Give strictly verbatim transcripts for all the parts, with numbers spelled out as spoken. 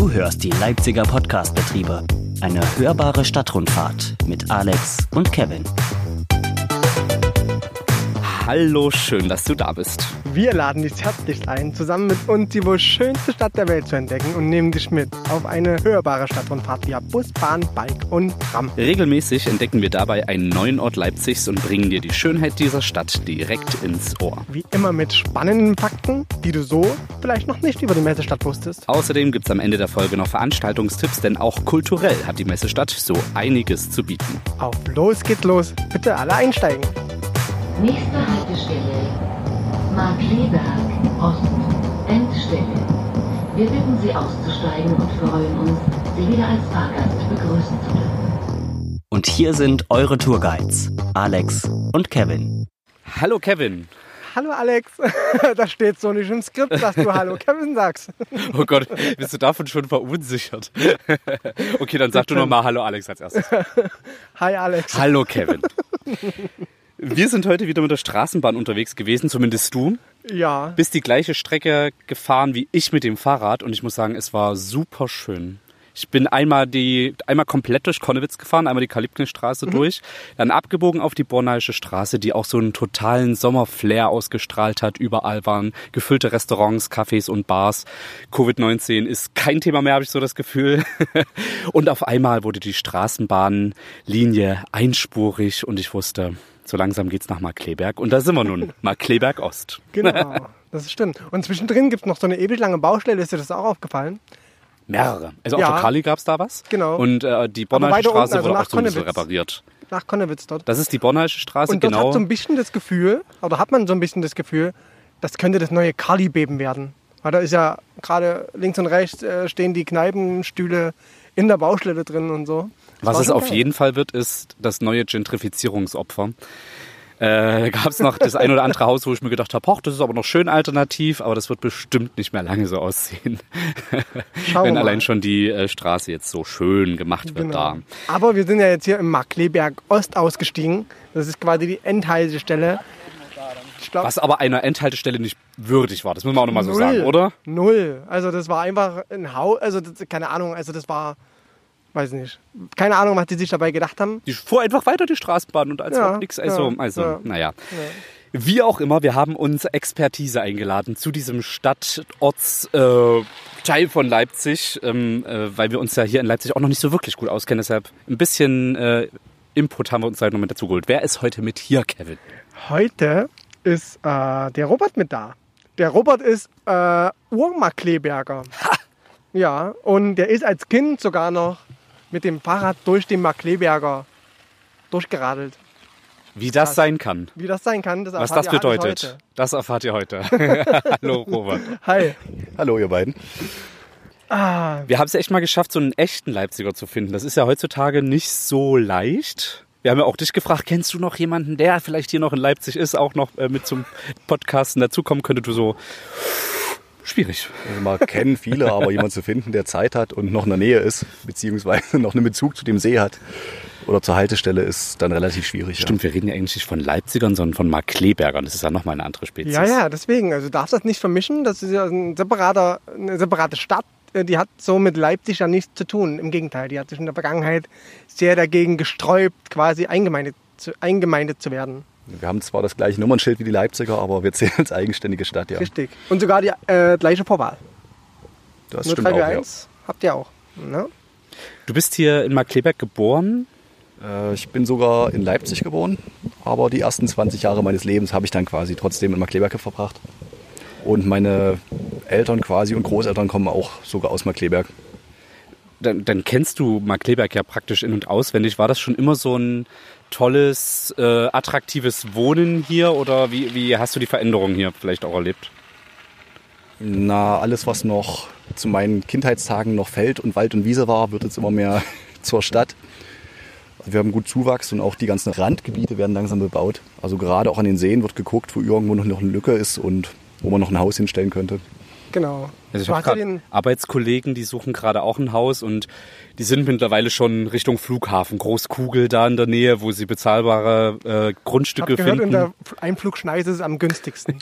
Du hörst die Leipziger Podcast-Betriebe. Eine hörbare Stadtrundfahrt mit Alex und Kevin. Hallo, schön, dass du da bist. Wir laden dich herzlich ein, zusammen mit uns die wohl schönste Stadt der Welt zu entdecken und nehmen dich mit auf eine hörbare Stadtrundfahrt via Bus, Bahn, Bike und Tram. Regelmäßig entdecken wir dabei einen neuen Ort Leipzigs und bringen dir die Schönheit dieser Stadt direkt ins Ohr. Wie immer mit spannenden Fakten, die du so vielleicht noch nicht über die Messestadt wusstest. Außerdem gibt es am Ende der Folge noch Veranstaltungstipps, denn auch kulturell hat die Messestadt so einiges zu bieten. Auf los geht's los. Bitte alle einsteigen. Nächste Haltestelle, Markleberg Ost, Endstelle. Wir bitten Sie auszusteigen und freuen uns, Sie wieder als Fahrgast begrüßen zu dürfen. Und hier sind eure Tourguides, Alex und Kevin. Hallo Kevin. Hallo Alex. Das steht so nicht im Skript, dass du Hallo Kevin sagst. Oh Gott, bist du davon schon verunsichert? Okay, dann sag du nochmal Hallo Alex als erstes. Hi Alex. Hallo Kevin. Wir sind heute wieder mit der Straßenbahn unterwegs gewesen, zumindest du. Ja. Bist die gleiche Strecke gefahren wie ich mit dem Fahrrad und ich muss sagen, es war super schön. Ich bin einmal die einmal komplett durch Connewitz gefahren, einmal die Kalibknechtstraße mhm. durch, dann abgebogen auf die Bornheische Straße, die auch so einen totalen Sommerflair ausgestrahlt hat. Überall waren gefüllte Restaurants, Cafés und Bars. Covid neunzehn ist kein Thema mehr, habe ich so das Gefühl. Und auf einmal wurde die Straßenbahnlinie einspurig und ich wusste, so langsam geht's nach Markleberg und da sind wir nun, Markleberg Ost. Genau, das stimmt. Und zwischendrin gibt es noch so eine ewig lange Baustelle, ist dir das auch aufgefallen? Mehrere. Also ja. auf der Kali gab es da was. Genau. Und äh, die Bornheische Straße unten, also wurde auch so ein bisschen Connewitz. repariert. Nach Connewitz dort. Das ist die Bornheische Straße, und dort genau. hat so ein bisschen das Gefühl, oder hat man so ein bisschen das Gefühl, das könnte das neue Kali-Beben werden. Weil da ist ja gerade links und rechts äh, stehen die Kneipenstühle in der Baustelle drin und so. Das was es auf geil. jeden Fall wird, ist das neue Gentrifizierungsopfer. Äh, gab es noch das ein oder andere Haus, wo ich mir gedacht habe, das ist aber noch schön alternativ, aber das wird bestimmt nicht mehr lange so aussehen. Wenn mal. allein schon die äh, Straße jetzt so schön gemacht wird Genau. da. Aber wir sind ja jetzt hier im Markleberg Ost ausgestiegen. Das ist quasi die Endhaltestelle. Ich glaub, Was aber einer Endhaltestelle nicht würdig war, das muss man auch nochmal so null, sagen, oder? Null. Also das war einfach ein Haus, also das, keine Ahnung, also das war, weiß nicht, keine Ahnung, was die sich dabei gedacht haben. Die fuhr einfach weiter, die Straßenbahn, und als Ja, ob nichts. Also, ja, also ja. naja. Ja. Wie auch immer, wir haben uns Expertise eingeladen zu diesem Stadtortsteil äh, von Leipzig, ähm, äh, weil wir uns ja hier in Leipzig auch noch nicht so wirklich gut auskennen. Deshalb ein bisschen äh, Input haben wir uns halt noch mit dazu geholt. Wer ist heute mit hier, Kevin? Heute ist äh, der Robert mit da. Der Robert ist äh, Ur-Markleberger. Ja, und der ist als Kind sogar noch mit dem Fahrrad durch den Markleberger durchgeradelt. Wie das sein kann. Wie das sein kann, das Was erfahrt das ihr alles bedeutet, heute. das erfahrt ihr heute. Hallo Robert. Hi. Hallo ihr beiden. Ah, Wir haben es echt mal geschafft, so einen echten Leipziger zu finden. Das ist ja heutzutage nicht so leicht. Wir haben ja auch dich gefragt, kennst du noch jemanden, der vielleicht hier noch in Leipzig ist, auch noch äh, mit zum Podcasten dazukommen könnte? Du so, schwierig. Also man kennen viele, aber jemanden zu finden, der Zeit hat und noch in der Nähe ist, beziehungsweise noch einen Bezug zu dem See hat oder zur Haltestelle, ist dann relativ schwierig. Stimmt, wir reden ja eigentlich nicht von Leipzigern, sondern von Marklebergern. Das ist ja nochmal eine andere Spezies. ja, ja, deswegen. Also du darfst das nicht vermischen. Das ist ja ein separater, eine separate Stadt. Die hat so mit Leipzig ja nichts zu tun. Im Gegenteil, die hat sich in der Vergangenheit sehr dagegen gesträubt, quasi eingemeindet zu, eingemeindet zu werden. Wir haben zwar das gleiche Nummernschild wie die Leipziger, aber wir zählen als eigenständige Stadt, ja. Richtig. Und sogar die äh, gleiche Vorwahl. Das null stimmt drei auch, vier ja. eins habt ihr auch. Ne? Du bist hier in Markleberg geboren. Äh, Ich bin sogar in Leipzig geboren, aber die ersten zwanzig Jahre meines Lebens habe ich dann quasi trotzdem in Markleberg verbracht. Und meine Eltern quasi und Großeltern kommen auch sogar aus Markleberg. Dann, dann kennst du Markleberg ja praktisch in- und auswendig. War das schon immer so ein tolles, äh, attraktives Wohnen hier oder wie, wie hast du die Veränderungen hier vielleicht auch erlebt? Na, alles, was noch zu meinen Kindheitstagen noch Feld und Wald und Wiese war, wird jetzt immer mehr zur Stadt. Wir haben gut Zuwachs und auch die ganzen Randgebiete werden langsam bebaut. Also gerade auch an den Seen wird geguckt, wo irgendwo noch eine Lücke ist und wo man noch ein Haus hinstellen könnte. Genau. Also ich Du habe hast ja gerade den- Arbeitskollegen, die suchen gerade auch ein Haus und die sind mittlerweile schon Richtung Flughafen. Großkugel da in der Nähe, wo sie bezahlbare äh, Ich Grundstücke habe gehört, in finden. der Einflugschneise ist es am günstigsten.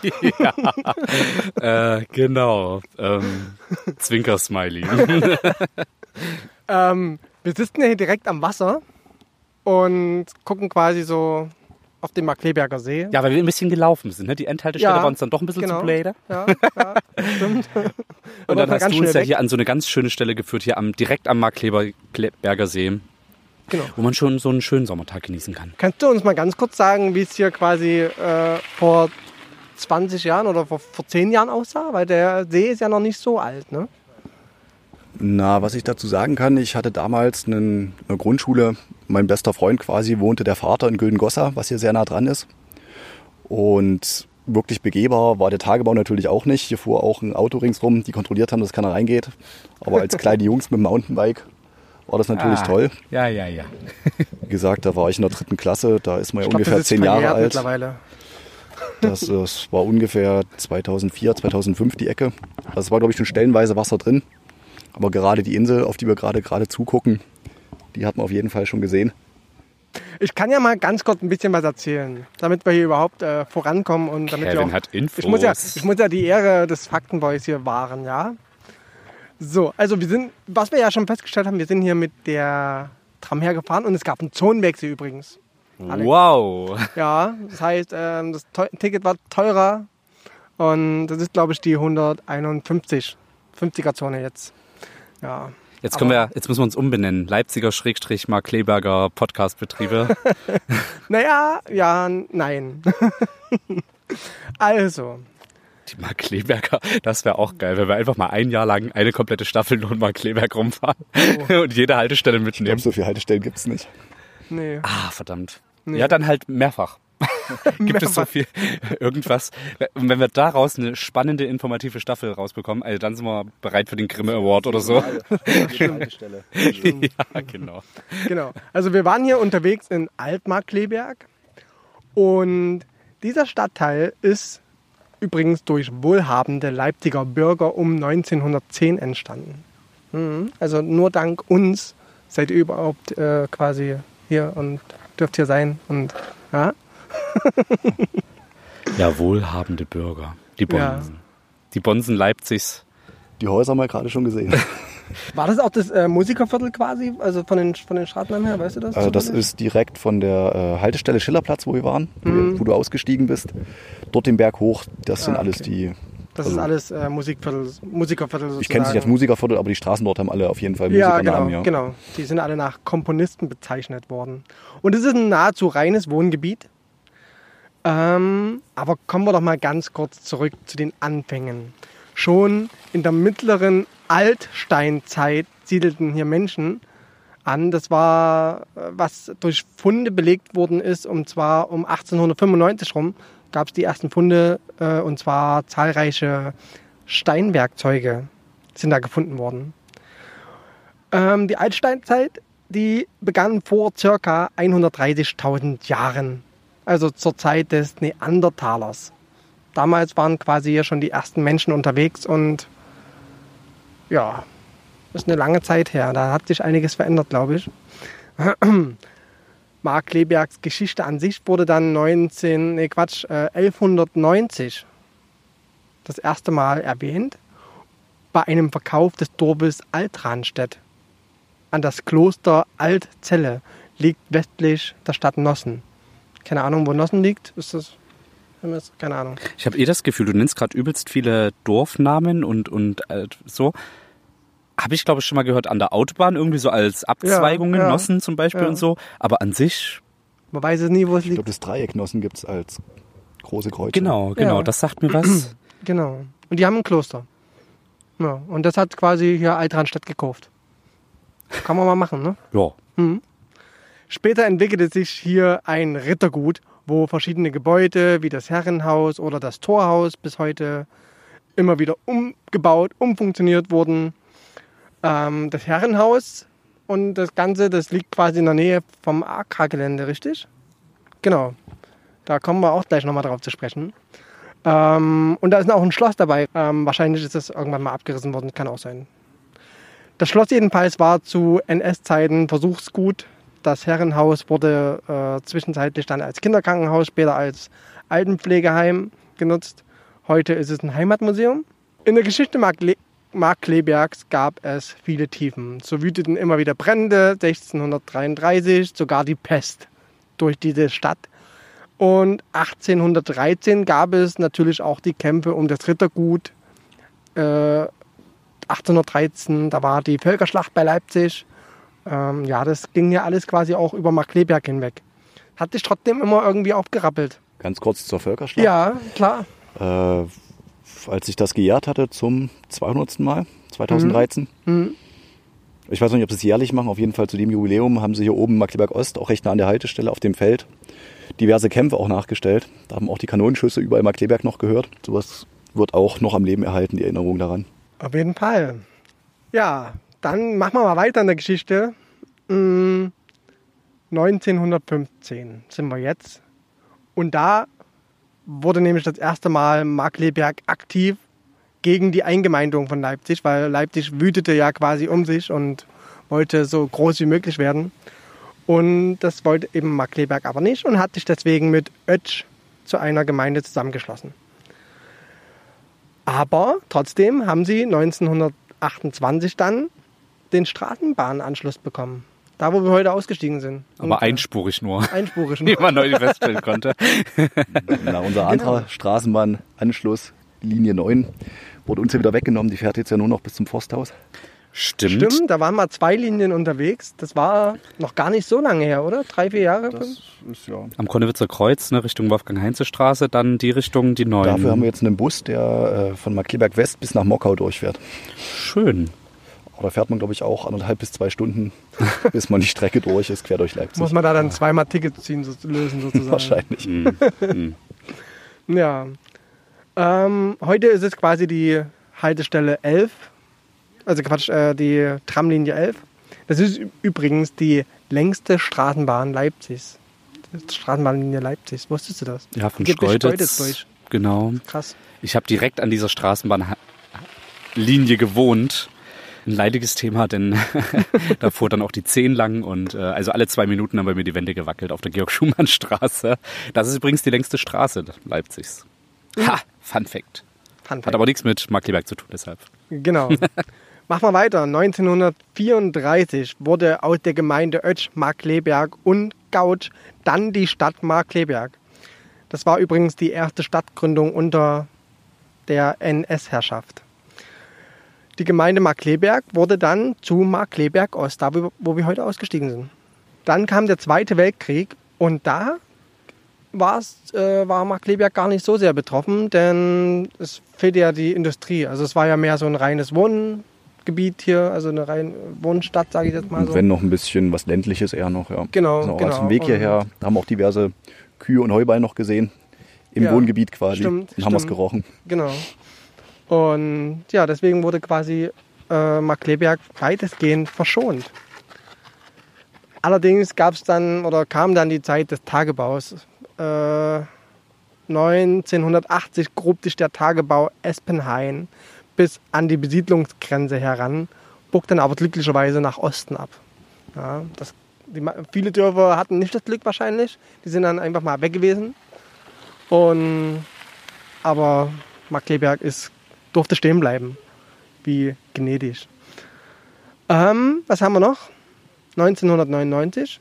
Äh, genau. Ähm, Zwinker-Smiley. ähm, wir sitzen ja hier direkt am Wasser und gucken quasi so auf den Markkleeberger See. Ja, weil wir ein bisschen gelaufen sind. Ne? Die Endhaltestelle Ja, war uns dann doch ein bisschen genau. zu blöde. Ja, ja, stimmt. Und Aber dann war hast ganz du uns schnell ja weg. hier an so eine ganz schöne Stelle geführt, hier am, direkt am Markkleeberger See, Genau. wo man schon so einen schönen Sommertag genießen kann. Kannst du uns mal ganz kurz sagen, wie es hier quasi äh, vor zwanzig Jahren oder vor, vor zehn Jahren aussah? Weil der See ist ja noch nicht so alt, ne? Na, was ich dazu sagen kann, ich hatte damals einen, eine Grundschule, mein bester Freund quasi, wohnte der Vater in Güldengossa, was hier sehr nah dran ist. Und wirklich begehbar war der Tagebau natürlich auch nicht. Hier fuhr auch ein Auto ringsrum, die kontrolliert haben, dass keiner reingeht. Aber als kleine Jungs mit dem Mountainbike war das natürlich Ah. toll. Ja, ja, ja. Wie gesagt, da war ich in der dritten Klasse, da ist man ja Ich glaub, ungefähr das ist zehn Jahre verjährt alt. mittlerweile. Das, das war ungefähr zweitausendvier, zweitausendfünf die Ecke. Also es war, glaube ich, schon stellenweise Wasser drin. Aber gerade die Insel, auf die wir gerade gerade zugucken, die hat man auf jeden Fall schon gesehen. Ich kann ja mal ganz kurz ein bisschen was erzählen, damit wir hier überhaupt äh, vorankommen und damit wir Kevin auch, hat Infos. ich muss ja, ich muss ja die Ehre des Faktenboys hier wahren, ja. So, also wir sind, was wir ja schon festgestellt haben, wir sind hier mit der Tram hergefahren und es gab einen Zonenwechsel übrigens. Alex. Wow. Ja, das heißt, ähm, das Teu- Ticket war teurer und das ist, glaube ich, die hunderteinundfünfzig, fünfziger Zone jetzt. Ja. Jetzt können Aber- wir, jetzt müssen wir uns umbenennen. Leipziger Schrägstrich Markkleeberger Podcastbetriebe. Naja, ja, nein. Also, Die Markkleeberger, das wäre auch geil, wenn wir einfach mal ein Jahr lang eine komplette Staffel nur in Markkleeberg rumfahren und jede Haltestelle Ich glaube, mitnehmen. so viele Haltestellen gibt es nicht. nee. Ah, verdammt. Nee. Ja, dann halt mehrfach. Gibt es so Mehrfach. viel, irgendwas. Und wenn wir daraus eine spannende, informative Staffel rausbekommen, also dann sind wir bereit für den Grimme Award oder so. Haltestelle. Ja, genau. Genau. Also wir waren hier unterwegs in Altmarkkleeberg und dieser Stadtteil ist übrigens durch wohlhabende Leipziger Bürger um neunzehnhundertzehn entstanden. Mhm. Also nur dank uns seid ihr überhaupt äh, quasi hier und dürft hier sein und ja. Ja, wohlhabende Bürger. Die Ja. Bonsen. Die Bonsen Leipzigs. Die Häuser haben wir gerade schon gesehen. War das auch das äh, Musikerviertel quasi, also von den, von den Straßennamen her, weißt du das? Also das zufällig? ist direkt von der äh, Haltestelle Schillerplatz, wo wir waren, wo, Mhm. wir, wo du ausgestiegen bist. Dort den Berg hoch, das sind Ah, alles okay. die... Das also ist alles äh, Musikviertel, Musikerviertel sozusagen. Ich kenne es nicht als Musikerviertel, aber die Straßen dort haben alle auf jeden Fall Ja, Musikernamen. genau, Ja, genau. Die sind alle nach Komponisten bezeichnet worden. Und es ist ein nahezu reines Wohngebiet. Ähm, aber kommen wir doch mal ganz kurz zurück zu den Anfängen. Schon in der mittleren Altsteinzeit siedelten hier Menschen an. Das war, äh, was durch Funde belegt worden ist, und zwar um achtzehnhundertfünfundneunzig rum gab es die ersten Funde, äh, und zwar zahlreiche Steinwerkzeuge sind da gefunden worden. Ähm, die Altsteinzeit, die begann vor ca. hundertdreißigtausend Jahren, also zur Zeit des Neandertalers. Damals waren quasi hier schon die ersten Menschen unterwegs und ja, das ist eine lange Zeit her. Da hat sich einiges verändert, glaube ich. Markkleebergs Geschichte an sich wurde dann neunzehn, nee Quatsch, äh, elfhundertneunzig das erste Mal erwähnt bei einem Verkauf des Dorfes Altranstedt an das Kloster Altzelle, liegt westlich der Stadt Nossen. Keine Ahnung, wo Nossen liegt. Ist das? Keine Ahnung. Ich habe eh das Gefühl, du nennst gerade übelst viele Dorfnamen und, und äh, so. Habe ich, glaube ich, schon mal gehört an der Autobahn, irgendwie so als Abzweigungen, Ja, ja, Nossen zum Beispiel ja. und so. Aber an sich, Man weiß es nie, wo es Ich glaube, liegt. das Dreieck Nossen gibt es als große Kreuze. genau, genau, Ja. das sagt mir was. Genau. Und die haben ein Kloster. Ja, und das hat quasi hier Altranstedt gekauft. Kann man mal machen, ne? Ja. Später entwickelte sich hier ein Rittergut, wo verschiedene Gebäude wie das Herrenhaus oder das Torhaus bis heute immer wieder umgebaut, umfunktioniert wurden. Ähm, das Herrenhaus und das Ganze, das liegt quasi in der Nähe vom Agrargelände, richtig? Genau. Da kommen wir auch gleich nochmal drauf zu sprechen. Ähm, und da ist auch ein Schloss dabei. Ähm, wahrscheinlich ist das irgendwann mal abgerissen worden, kann auch sein. Das Schloss jedenfalls war zu N S-Zeiten Versuchsgut. Das Herrenhaus wurde äh, zwischenzeitlich dann als Kinderkrankenhaus, später als Altenpflegeheim genutzt. Heute ist es ein Heimatmuseum. In der Geschichte Markle- Markkleebergs gab es viele Tiefen. So wüteten immer wieder Brände, sechzehnhundertdreiunddreißig, sogar die Pest durch diese Stadt. Und achtzehnhundertdreizehn gab es natürlich auch die Kämpfe um das Rittergut. Äh, achtzehnhundertdreizehn, da war die Völkerschlacht bei Leipzig. Ähm, ja, das ging ja alles quasi auch über Markkleeberg hinweg. Hat dich trotzdem immer irgendwie aufgerappelt. Ganz kurz zur Völkerschlacht. Ja, klar. Äh, als ich das gejährt hatte zum zweihundertsten Mal, zweitausenddreizehn. Mhm. Ich weiß noch nicht, ob sie es jährlich machen. Auf jeden Fall zu dem Jubiläum haben sie hier oben Markkleeberg Ost, auch recht nah an der Haltestelle auf dem Feld, diverse Kämpfe auch nachgestellt. Da haben auch die Kanonenschüsse überall Markkleeberg noch gehört. Sowas wird auch noch am Leben erhalten, die Erinnerung daran. Auf jeden Fall. Ja, dann machen wir mal weiter in der Geschichte. Hm, neunzehnhundertfünfzehn sind wir jetzt. Und da wurde nämlich das erste Mal Markkleeberg aktiv gegen die Eingemeindung von Leipzig, weil Leipzig wütete ja quasi um sich und wollte so groß wie möglich werden. Und das wollte eben Markkleeberg aber nicht und hat sich deswegen mit Oetsch zu einer Gemeinde zusammengeschlossen. Aber trotzdem haben sie neunzehnhundertachtundzwanzig dann den Straßenbahnanschluss bekommen. Da, wo wir heute ausgestiegen sind. Aber Und, einspurig nur. Einspurig Wie nur. man neu feststellen konnte. Na, unser anderer Genau. Straßenbahnanschluss, Linie neun, wurde uns ja wieder weggenommen. Die fährt jetzt ja nur noch bis zum Forsthaus. Stimmt. Stimmt, da waren mal zwei Linien unterwegs. Das war noch gar nicht so lange her, oder? Drei, vier Jahre? Das ist ja. Am Konnewitzer Kreuz, ne, Richtung Wolfgang-Heinze-Straße, dann die Richtung die neuen. Dafür haben wir jetzt einen Bus, der äh, von Markkleeberg West bis nach Mockau durchfährt. Schön. Da fährt man, glaube ich, auch anderthalb bis zwei Stunden, bis man die Strecke durch ist, quer durch Leipzig. Muss man da dann zweimal Tickets ziehen, so, lösen sozusagen. Wahrscheinlich. Mhm. Mhm. Ja. Ähm, heute ist es quasi die Haltestelle elf. Also Quatsch, äh, die Tramlinie elf. Das ist ü- übrigens die längste Straßenbahn Leipzigs. Die Straßenbahnlinie Leipzigs. Wusstest du das? Ja, von Geht bis Schkeuditz. durch. Genau. Krass. Ich habe direkt an dieser Straßenbahnlinie gewohnt. Ein leidiges Thema, denn da fuhr dann auch die zehn lang und äh, also alle zwei Minuten haben bei mir die Wände gewackelt auf der Georg-Schumann-Straße. Das ist übrigens die längste Straße Leipzigs. Ha, Fun Fact. Fun Fact. Hat aber nichts mit Markkleeberg zu tun, deshalb. Genau. Machen wir weiter. neunzehnhundertvierunddreißig wurde aus der Gemeinde Oetsch, Markkleeberg und Gautsch dann die Stadt Markkleeberg. Das war übrigens die erste Stadtgründung unter der N S-Herrschaft. Die Gemeinde Markkleeberg wurde dann zu Markkleeberg Ost, da wo wir heute ausgestiegen sind. Dann kam der Zweite Weltkrieg und da war's, äh, war Markkleeberg gar nicht so sehr betroffen, denn es fehlte ja die Industrie. Also es war ja mehr so ein reines Wohngebiet hier, also eine reine Wohnstadt, sage ich jetzt mal Und so. wenn noch ein bisschen was Ländliches eher noch, ja. Genau, Also genau. Auf dem Weg hierher da haben wir auch diverse Kühe und Heuballen noch gesehen. Im Ja, Wohngebiet quasi. stimmt, Dann haben wir es stimmt. gerochen. Genau. Und ja, deswegen wurde quasi äh, Markkleeberg weitestgehend verschont. Allerdings gab es dann oder kam dann die Zeit des Tagebaus. Äh, neunzehnhundertachtzig grub sich der Tagebau Espenhain bis an die Besiedlungsgrenze heran, bog dann aber glücklicherweise nach Osten ab. Ja, das, die, viele Dörfer hatten nicht das Glück wahrscheinlich, die sind dann einfach mal weg gewesen. Und, aber Markkleeberg ist, durfte stehen bleiben, wie gnädig. Ähm, was haben wir noch? neunzehnhundertneunundneunzig.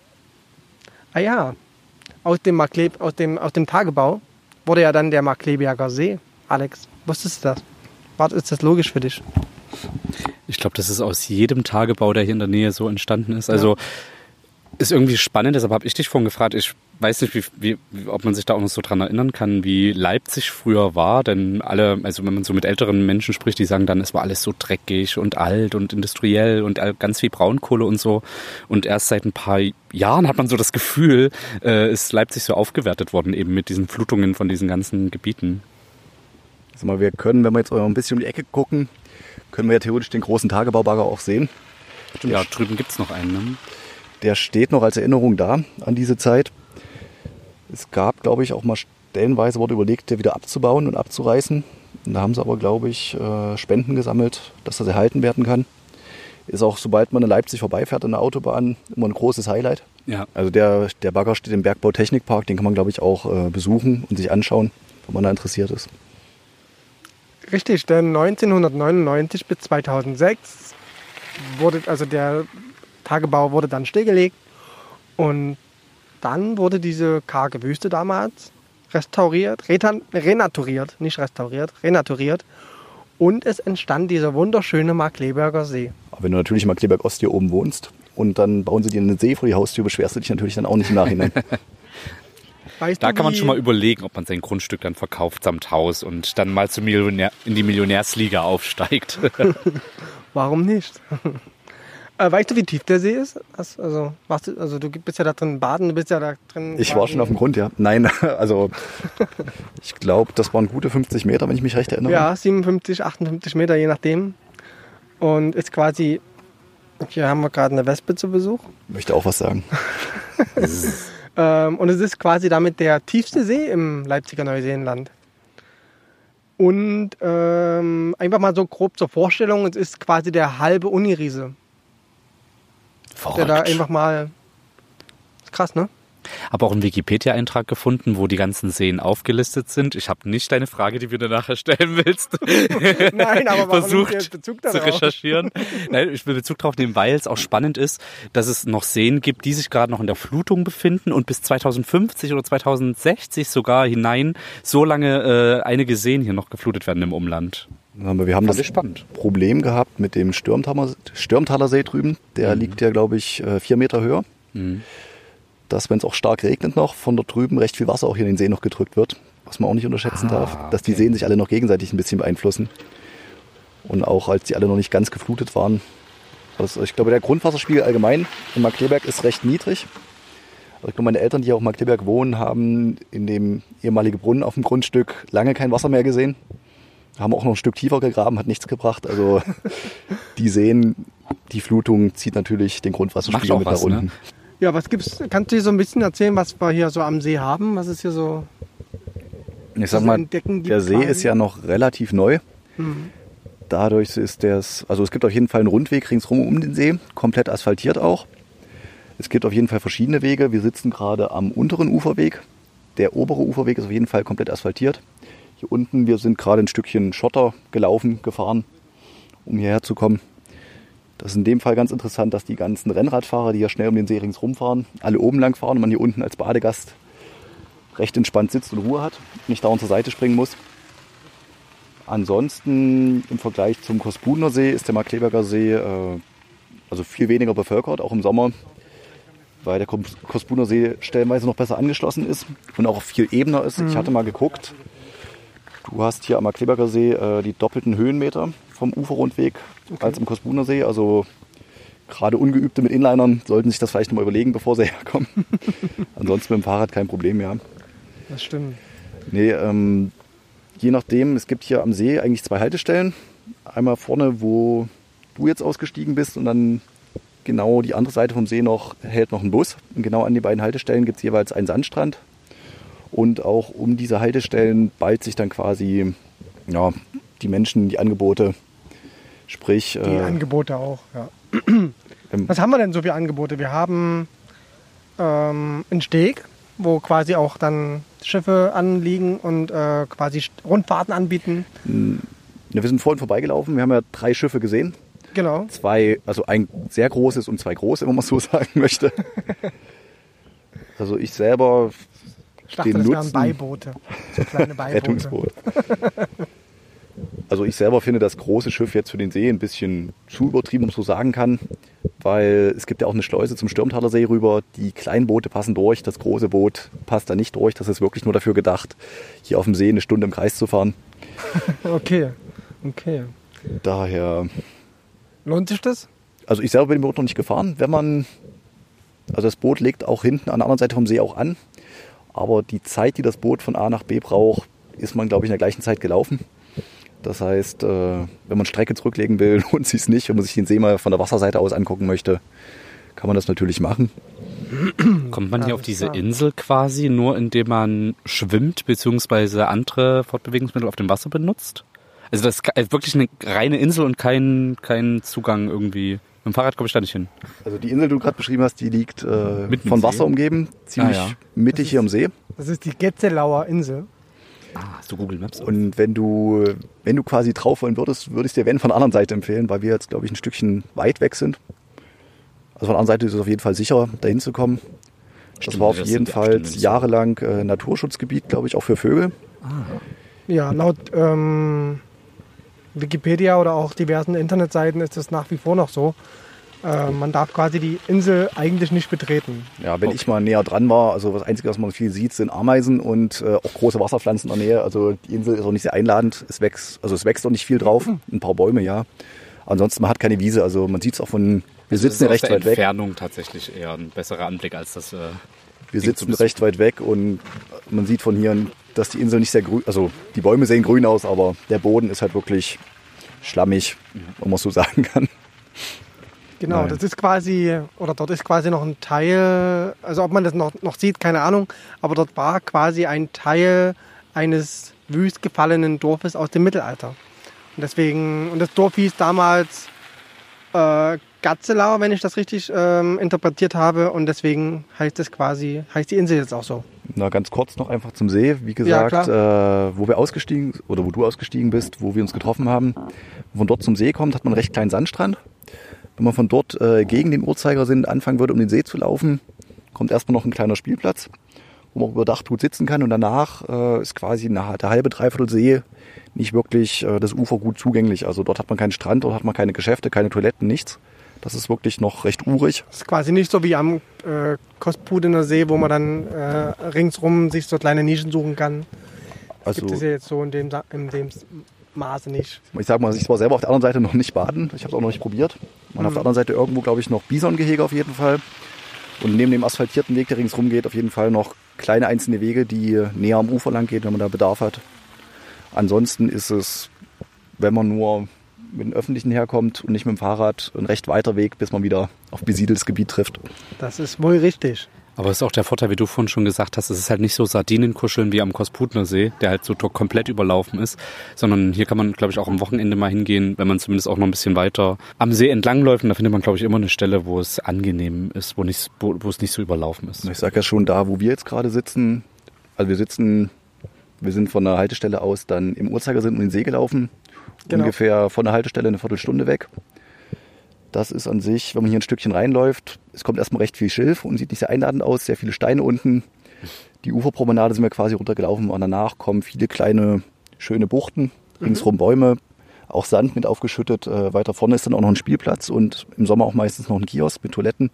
Ah ja, aus dem, Markklee, aus, dem, aus dem Tagebau wurde ja dann der Markkleeberger See. Alex, wusstest du das? War, ist das logisch für dich? Ich glaube, das ist aus jedem Tagebau, der hier in der Nähe so entstanden ist. Also ist irgendwie spannend, deshalb habe ich dich vorhin gefragt. Ich weiß nicht, wie, wie, ob man sich da auch noch so dran erinnern kann, wie Leipzig früher war. Denn alle, also wenn man so mit älteren Menschen spricht, die sagen dann, es war alles so dreckig und alt und industriell und ganz viel Braunkohle und so. Und erst seit ein paar Jahren hat man so das Gefühl, äh, ist Leipzig so aufgewertet worden, eben mit diesen Flutungen von diesen ganzen Gebieten. Also mal, wir können, wenn wir jetzt ein bisschen um die Ecke gucken, können wir ja theoretisch den großen Tagebaubagger auch sehen. Ja, drüben gibt's noch einen, ne? Der steht noch als Erinnerung da an diese Zeit. Es gab, glaube ich, auch mal stellenweise wurde überlegt, der wieder abzubauen und abzureißen. Und da haben sie aber, glaube ich, äh, Spenden gesammelt, dass das erhalten werden kann. Ist auch, sobald man in Leipzig vorbeifährt an der Autobahn, immer ein großes Highlight. Ja. Also der, der Bagger steht im Bergbautechnikpark, den kann man, glaube ich, auch äh, besuchen und sich anschauen, wenn man da interessiert ist. Richtig, denn neunzehnhundertneunundneunzig bis zweitausendsechs wurde, also der Tagebau wurde dann stillgelegt und dann wurde diese karge Wüste damals restauriert, retan- renaturiert, nicht restauriert, renaturiert und es entstand dieser wunderschöne Markkleeberger See. Aber wenn du natürlich im Markkleeberg-Ost hier oben wohnst und dann bauen sie dir einen See vor die Haustür, beschwerst du dich natürlich dann auch nicht im Nachhinein. Weißt Da du, kann man wie- schon mal überlegen, ob man sein Grundstück dann verkauft samt Haus und dann mal zum Millionär, in die Millionärsliga aufsteigt. Warum nicht? äh, weißt du, wie tief der See ist? Hast- Also, warst du, also du bist ja da drin baden, du bist ja da drin. Ich war quasi- schon auf dem Grund, ja. Nein, also ich glaube, das waren gute fünfzig Meter, wenn ich mich recht erinnere. Ja, siebenundfünfzig, achtundfünfzig Meter, je nachdem. Und ist quasi, hier haben wir gerade eine Wespe zu Besuch. Möchte auch was sagen. Ähm, und es ist quasi damit der tiefste See im Leipziger Neuseenland. Und ähm, einfach mal so grob zur Vorstellung, es ist quasi der halbe Uniriese, der da einfach mal... Ist krass, ne? Habe auch einen Wikipedia-Eintrag gefunden, wo die ganzen Seen aufgelistet sind. Ich habe nicht deine Frage, die du dir nachher stellen willst, Nein, aber warum versucht nimmt ihr Bezug zu darauf? recherchieren. Nein, ich will Bezug darauf nehmen, weil es auch spannend ist, dass es noch Seen gibt, die sich gerade noch in der Flutung befinden und bis zweitausendfünfzig oder zweitausendsechzig sogar hinein so lange äh, einige Seen hier noch geflutet werden im Umland. Aber wir haben Fand das ich spannend. Problem gehabt mit dem Stürmtaler, Stürmtaler See drüben. Der Mhm. liegt ja, glaube ich, äh, vier Meter höher. Mhm. Dass, wenn es auch stark regnet noch, von dort drüben recht viel Wasser auch hier in den See noch gedrückt wird. Was man auch nicht unterschätzen Ah, darf. Dass die okay. Seen sich alle noch gegenseitig ein bisschen beeinflussen. Und auch als die alle noch nicht ganz geflutet waren. Also ich glaube, der Grundwasserspiegel allgemein in Markkleeberg ist recht niedrig. Also ich glaube, meine Eltern, die hier auf Markkleeberg wohnen, haben in dem ehemaligen Brunnen auf dem Grundstück lange kein Wasser mehr gesehen. Haben auch noch ein Stück tiefer gegraben, hat nichts gebracht. Also die Seen, die Flutung zieht natürlich den Grundwasserspiegel Macht auch mit was, nach ne? unten. Ja, was gibt's? Kannst du dir so ein bisschen erzählen, was wir hier so am See haben? Was ist hier so? Ich sag zu mal, entdecken gibt der See quasi? ist ja noch relativ neu. Mhm. Dadurch ist das, also es gibt auf jeden Fall einen Rundweg ringsrum um den See, komplett asphaltiert auch. Es gibt auf jeden Fall verschiedene Wege. Wir sitzen gerade am unteren Uferweg. Der obere Uferweg ist auf jeden Fall komplett asphaltiert. Hier unten, wir sind gerade ein Stückchen Schotter gelaufen, gefahren, um hierher zu kommen. Das ist in dem Fall ganz interessant, dass die ganzen Rennradfahrer, die ja schnell um den See ringsrum fahren, alle oben lang fahren und man hier unten als Badegast recht entspannt sitzt und Ruhe hat, nicht dauernd zur Seite springen muss. Ansonsten im Vergleich zum Kospuner See ist der Markkleeberger See äh, also viel weniger bevölkert, auch im Sommer, weil der Kospuner See stellenweise noch besser angeschlossen ist und auch viel ebener ist. Ich hatte mal geguckt, du hast hier am Markkleeberger See äh, die doppelten Höhenmeter vom Uferrundweg als im Kospuner See. Also gerade Ungeübte mit Inlinern sollten sich das vielleicht noch mal überlegen, bevor sie herkommen. Ansonsten mit dem Fahrrad kein Problem, ja. Das stimmt. Nee, ähm, je nachdem, es gibt hier am See eigentlich zwei Haltestellen. Einmal vorne, wo du jetzt ausgestiegen bist und dann genau die andere Seite vom See noch hält noch ein Bus. Und genau an die beiden Haltestellen gibt es jeweils einen Sandstrand. Und auch um diese Haltestellen ballt sich dann quasi ja, die Menschen, die Angebote. Sprich, Die äh, Angebote auch, ja. ähm, Was haben wir denn so für Angebote? Wir haben ähm, einen Steg, wo quasi auch dann Schiffe anliegen und äh, quasi Rundfahrten anbieten. ja, wir sind vorhin vorbeigelaufen, wir haben ja drei Schiffe gesehen. Genau. Zwei, also ein sehr großes und zwei große, wenn man so sagen möchte. Also ich selber Ich dachte, den das wären Nutzen, Beiboote. So kleine Beiboote. Rettungsboot. Also ich selber finde das große Schiff jetzt für den See ein bisschen zu übertrieben, um es so sagen kann, weil es gibt ja auch eine Schleuse zum Stürmtaler See rüber. Die kleinen Boote passen durch, das große Boot passt da nicht durch. Das ist wirklich nur dafür gedacht, hier auf dem See eine Stunde im Kreis zu fahren. Okay, okay. Daher, Lohnt sich das? also ich selber bin im Boot noch nicht gefahren. Wenn man, also das Boot legt auch hinten an der anderen Seite vom See auch an, aber die Zeit, die das Boot von A nach B braucht, ist man, glaube ich, in der gleichen Zeit gelaufen. Das heißt, äh, wenn man Strecke zurücklegen will, lohnt es sich nicht. Wenn man sich den See mal von der Wasserseite aus angucken möchte, kann man das natürlich machen. Kommt man hier auf diese Insel quasi nur, indem man schwimmt bzw. andere Fortbewegungsmittel auf dem Wasser benutzt? Also das ist wirklich eine reine Insel und kein, kein Zugang irgendwie. Mit dem Fahrrad komme ich da nicht hin. Also die Insel, die du gerade beschrieben hast, die liegt äh, Mitten von im Wasser See? umgeben, ziemlich Ah, ja. mittig hier am See. Das ist die Getzelauer Insel. Ah, hast du Google Maps? Und wenn du, wenn du quasi drauf wollen würdest, würde ich dir wenn von der anderen Seite empfehlen, weil wir jetzt, glaube ich, ein Stückchen weit weg sind. Also von der anderen Seite ist es auf jeden Fall sicher, dahin zu kommen. Das Stimmt, war auf das jeden sind die Fall Abstände nicht so. jahrelang äh, Naturschutzgebiet, glaube ich, auch für Vögel. Ja, laut ähm, Wikipedia oder auch diversen Internetseiten ist das nach wie vor noch so. Äh, man darf quasi die Insel eigentlich nicht betreten. Ja, wenn ich mal näher dran war, also das Einzige, was man viel sieht, sind Ameisen und äh, auch große Wasserpflanzen in der Nähe. Also die Insel ist auch nicht sehr einladend. Es wächst, also es wächst auch nicht viel drauf. Ein paar Bäume, ja. Ansonsten, man hat keine Wiese. Also man sieht es auch von, wir sitzen das ist recht aus der weit weg. Entfernung tatsächlich eher ein besserer Anblick als das. Äh, Wir Klingt sitzen so ein recht weit weg und man sieht von hier, dass die Insel nicht sehr grün, also die Bäume sehen grün aus, aber der Boden ist halt wirklich schlammig, wenn man so sagen kann. Genau, Nein. das ist quasi, oder dort ist quasi noch ein Teil, also ob man das noch, noch sieht, keine Ahnung, aber dort war quasi ein Teil eines wüst gefallenen Dorfes aus dem Mittelalter. Und deswegen, und das Dorf hieß damals äh, Gatzelau, wenn ich das richtig ähm, interpretiert habe, und deswegen heißt es quasi, heißt die Insel jetzt auch so. Na, ganz kurz noch einfach zum See. Wie gesagt, Ja, äh, wo wir ausgestiegen, oder wo du ausgestiegen bist, wo wir uns getroffen haben. Wenn man von dort zum See kommt, hat man einen recht kleinen Sandstrand. Wenn man von dort äh, gegen den Uhrzeigersinn anfangen würde, um den See zu laufen, kommt erstmal noch ein kleiner Spielplatz, wo man überdacht gut sitzen kann. Und danach äh, ist quasi eine, der halbe, dreiviertel See nicht wirklich äh, das Ufer gut zugänglich. Also dort hat man keinen Strand, dort hat man keine Geschäfte, keine Toiletten, nichts. Das ist wirklich noch recht urig. Das ist quasi nicht so wie am äh, Kospudener See, wo man dann äh, ringsrum sich so kleine Nischen suchen kann. Das Also gibt es ja jetzt so in dem, Sa- in dem Maße nicht. ich sag mal, ich war selber auf der anderen Seite noch nicht baden. Ich habe es auch noch nicht probiert. Man hat auf der anderen Seite irgendwo, glaube ich, noch Bisongehege auf jeden Fall. Und neben dem asphaltierten Weg, der ringsrum geht, auf jeden Fall noch kleine einzelne Wege, die näher am Ufer lang gehen, wenn man da Bedarf hat. Ansonsten ist es, wenn man nur mit dem Öffentlichen herkommt und nicht mit dem Fahrrad, ein recht weiter Weg, bis man wieder auf besiedeltes Gebiet trifft. Das ist wohl richtig. Aber es ist auch der Vorteil, wie du vorhin schon gesagt hast, es ist halt nicht so Sardinenkuscheln wie am Kosputner See, der halt so komplett überlaufen ist, sondern hier kann man, glaube ich, auch am Wochenende mal hingehen, wenn man zumindest auch noch ein bisschen weiter am See entlangläuft. Und da findet man, glaube ich, immer eine Stelle, wo es angenehm ist, wo, nicht, wo, wo es nicht so überlaufen ist. Ich sage ja schon, da, wo wir jetzt gerade sitzen, also wir sitzen, wir sind von der Haltestelle aus dann im Uhrzeigersinn um den See gelaufen, Genau. ungefähr von der Haltestelle eine Viertelstunde weg. Das ist an sich, wenn man hier ein Stückchen reinläuft, es kommt erstmal recht viel Schilf und sieht nicht sehr einladend aus, sehr viele Steine unten. Die Uferpromenade sind wir quasi runtergelaufen und danach kommen viele kleine, schöne Buchten, ringsrum Bäume, auch Sand mit aufgeschüttet. Äh, weiter vorne ist dann auch noch ein Spielplatz und im Sommer auch meistens noch ein Kiosk mit Toiletten.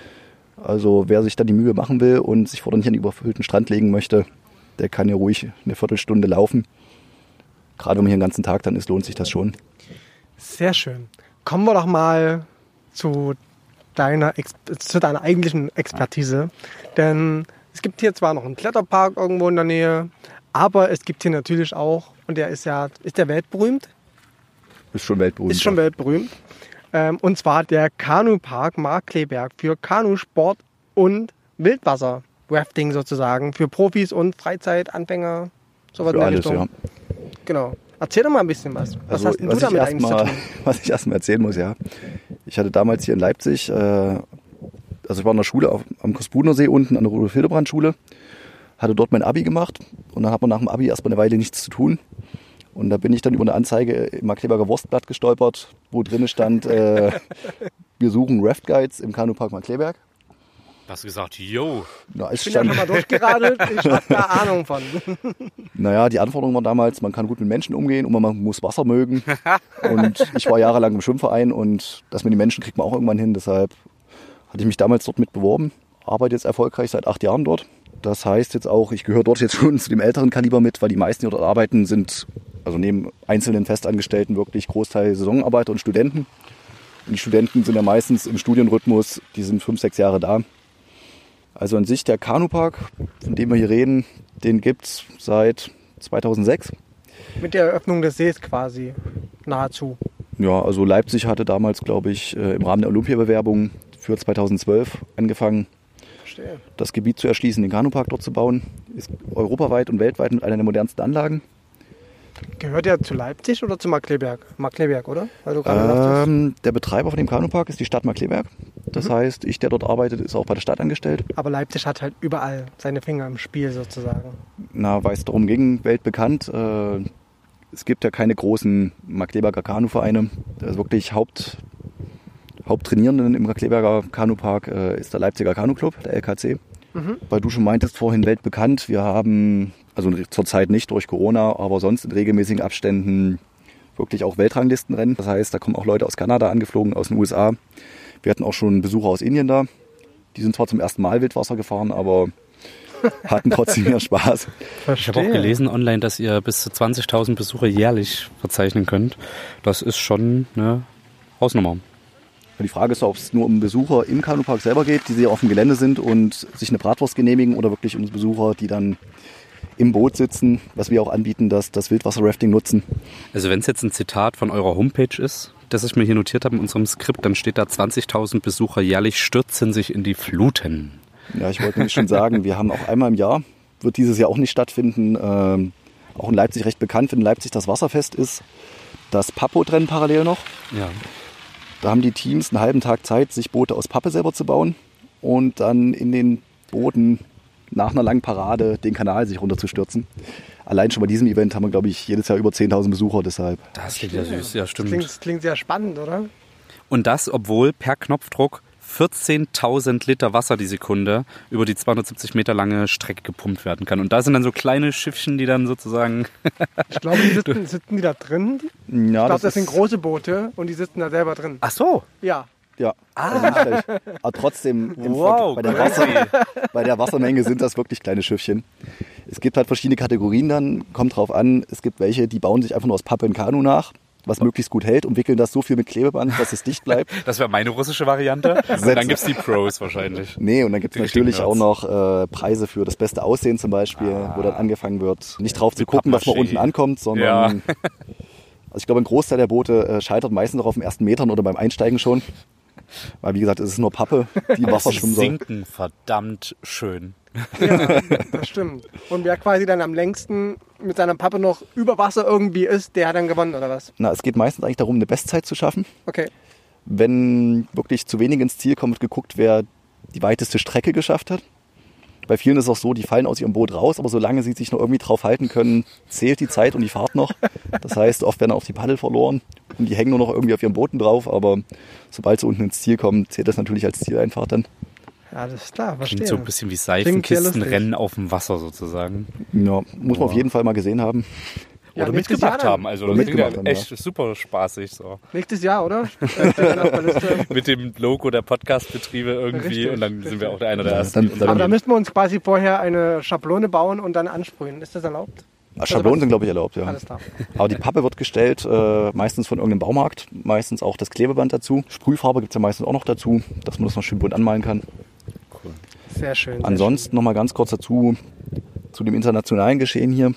Also wer sich da die Mühe machen will und sich vor nicht an den überfüllten Strand legen möchte, der kann ja ruhig eine Viertelstunde laufen. Gerade wenn man hier den ganzen Tag dann ist, lohnt sich das schon. Sehr schön. Kommen wir doch mal zu deiner, Ex- zu deiner eigentlichen Expertise. Denn es gibt hier zwar noch einen Kletterpark irgendwo in der Nähe, aber es gibt hier natürlich auch, und der ist ja, ist der weltberühmt? Ist schon weltberühmt. Ist schon weltberühmt. Ähm, und zwar der Kanupark Markkleeberg für Kanusport und Wildwasser-Rafting sozusagen. Für Profis und Freizeitanfänger. Sowas Für in der alles, Richtung. ja. Genau. Erzähl doch mal ein bisschen was. Was Also, hast denn was du damit ich erst eigentlich mal, zu tun? was ich erstmal erzählen muss, ja. Ich hatte damals hier in Leipzig, äh, also ich war in der Schule auf, am Kosputner See unten an der Rudolf-Hildebrand-Schule, hatte dort mein Abi gemacht und dann hat man nach dem Abi erstmal eine Weile nichts zu tun. Und da bin ich dann über eine Anzeige im Markkleeberger Wurstblatt gestolpert, wo drin stand, äh, wir suchen Raft Guides im Kanupark Markkleeberg. Hast du gesagt, yo. Na, es Ich bin ja stand, schon mal durchgeradelt, ich habe da Ahnung von. naja, die Anforderung war damals, man kann gut mit Menschen umgehen und man muss Wasser mögen. Und ich war jahrelang im Schwimmverein und das mit den Menschen kriegt man auch irgendwann hin. Deshalb hatte ich mich damals dort mit beworben, arbeite jetzt erfolgreich seit acht Jahren dort. Das heißt jetzt auch, ich gehöre dort jetzt schon zu dem älteren Kaliber mit, weil die meisten, die dort arbeiten, sind also neben einzelnen Festangestellten wirklich Großteil Saisonarbeiter und Studenten. Und die Studenten sind ja meistens im Studienrhythmus, die sind fünf, sechs Jahre da. Also an sich der Kanupark, von dem wir hier reden, den gibt es seit zweitausendsechs. Mit der Eröffnung des Sees quasi nahezu. Ja, also Leipzig hatte damals, glaube ich, im Rahmen der Olympiabewerbung für zweitausendzwölf angefangen, Verstehe. das Gebiet zu erschließen, den Kanupark dort zu bauen. Ist europaweit und weltweit mit einer der modernsten Anlagen. Gehört der zu Leipzig oder zu Markkleeberg? Markkleeberg, oder? Weil du gerade sagtest. Ähm, der Betreiber von dem Kanupark ist die Stadt Markkleeberg. Das Mhm. heißt, ich, der dort arbeitet, ist auch bei der Stadt angestellt. Aber Leipzig hat halt überall seine Finger im Spiel sozusagen. Na, weil es darum ging, weltbekannt. Äh, es gibt ja keine großen Markkleeberger Kanuvereine. Das wirklich Haupt, Haupttrainierenden im Markkleeberger Kanupark äh, ist der Leipziger Kanuclub, der L K C. Mhm. Weil du schon meintest, vorhin weltbekannt. Wir haben, also zurzeit nicht durch Corona, aber sonst in regelmäßigen Abständen wirklich auch Weltranglistenrennen. Das heißt, da kommen auch Leute aus Kanada angeflogen, aus den U S A. Wir hatten auch schon Besucher aus Indien da. Die sind zwar zum ersten Mal Wildwasser gefahren, aber hatten trotzdem ihren Spaß. Ich habe auch gelesen online, dass ihr bis zu zwanzigtausend Besucher jährlich verzeichnen könnt. Das ist schon eine Hausnummer. Die Frage ist, ob es nur um Besucher im Kanupark selber geht, die sehr auf dem Gelände sind und sich eine Bratwurst genehmigen, oder wirklich um Besucher, die dann im Boot sitzen, was wir auch anbieten, dass das Wildwasser-Rafting nutzen. Also wenn es jetzt ein Zitat von eurer Homepage ist, das ich mir hier notiert habe in unserem Skript, dann steht da zwanzigtausend Besucher jährlich stürzen sich in die Fluten. Ja, ich wollte nämlich schon sagen, wir haben auch einmal im Jahr, wird dieses Jahr auch nicht stattfinden, ähm, auch in Leipzig recht bekannt, wenn in Leipzig das Wasserfest ist, das Pappbootrennen parallel noch. Ja. Da haben die Teams einen halben Tag Zeit, sich Boote aus Pappe selber zu bauen und dann in den Booten nach einer langen Parade den Kanal sich runterzustürzen. Allein schon bei diesem Event haben wir, glaube ich, jedes Jahr über zehntausend Besucher, deshalb. Das klingt ja süß, ja Das stimmt. klingt, das klingt sehr spannend, oder? Und das, obwohl per Knopfdruck vierzehntausend Liter Wasser die Sekunde über die zweihundertsiebzig Meter lange Strecke gepumpt werden kann. Und da sind dann so kleine Schiffchen, die dann sozusagen... Ich glaube, die sitzen, sitzen die da drin. Ich Ja, glaube, das, das sind ist- große Boote und die sitzen da selber drin. Ach so. Ja. Ja, also nicht gleich. Aber trotzdem, im Wow, Ver- bei, der crazy. Wasser, bei der Wassermenge sind das wirklich kleine Schiffchen. Es gibt halt verschiedene Kategorien dann, kommt drauf an. Es gibt welche, die bauen sich einfach nur aus Pappe ein Kanu nach, was möglichst gut hält, und wickeln das so viel mit Klebeband, dass es dicht bleibt. Das wäre meine russische Variante. Und dann gibt es die Pros wahrscheinlich. Nee, und dann gibt es Die richtigen natürlich auch Nerds. noch äh, Preise für das beste Aussehen zum Beispiel, wo dann angefangen wird, nicht drauf zu Mit gucken, was man Pappmaché. unten ankommt, sondern... Ja. Also ich glaube, ein Großteil der Boote äh, scheitert meistens noch auf den ersten Metern oder beim Einsteigen schon. Weil, wie gesagt, es ist nur Pappe, die im Wasser Sie schwimmen soll. sinken verdammt schön. Ja, das stimmt. Und wer quasi dann am längsten mit seiner Pappe noch über Wasser irgendwie ist, der hat dann gewonnen, oder was? Na, es geht meistens eigentlich darum, eine Bestzeit zu schaffen. Okay. Wenn wirklich zu wenig ins Ziel kommt, wird geguckt, wer die weiteste Strecke geschafft hat. Bei vielen ist es auch so, die fallen aus ihrem Boot raus, aber solange sie sich noch irgendwie drauf halten können, zählt die Zeit und die Fahrt noch. Das heißt, oft werden auch die Paddel verloren und die hängen nur noch irgendwie auf ihren Booten drauf, aber sobald sie unten ins Ziel kommen, zählt das natürlich als Zieleinfahrt dann. Ja, alles klar, verstehe. Klingt so ein bisschen wie Klingt sehr Seifenkistenrennen auf dem Wasser sozusagen. Ja, muss man auf jeden Fall mal gesehen haben. Ja, Oder nächstes mitgemacht Jahr dann. haben. Also Oder das klingt ja mitgemacht haben, echt super spaßig. So. Nächstes Jahr, oder? Äh, steht dann auf der Liste. Mit dem Logo der Podcast-Betriebe irgendwie. Richtig, und dann sind wir auch einer der Ja, ersten. dann- die dann- Aber da mitmachen. müssten wir uns quasi vorher eine Schablone bauen und dann ansprühen. Ist das erlaubt? Schablonen sind, glaube ich, erlaubt, ja. Alles klar. Aber die Pappe wird gestellt, äh, meistens von irgendeinem Baumarkt, meistens auch das Klebeband dazu. Sprühfarbe gibt es ja meistens auch noch dazu, dass man das noch schön bunt anmalen kann. Sehr schön. Sehr Ansonsten noch mal ganz kurz dazu, zu dem internationalen Geschehen hier.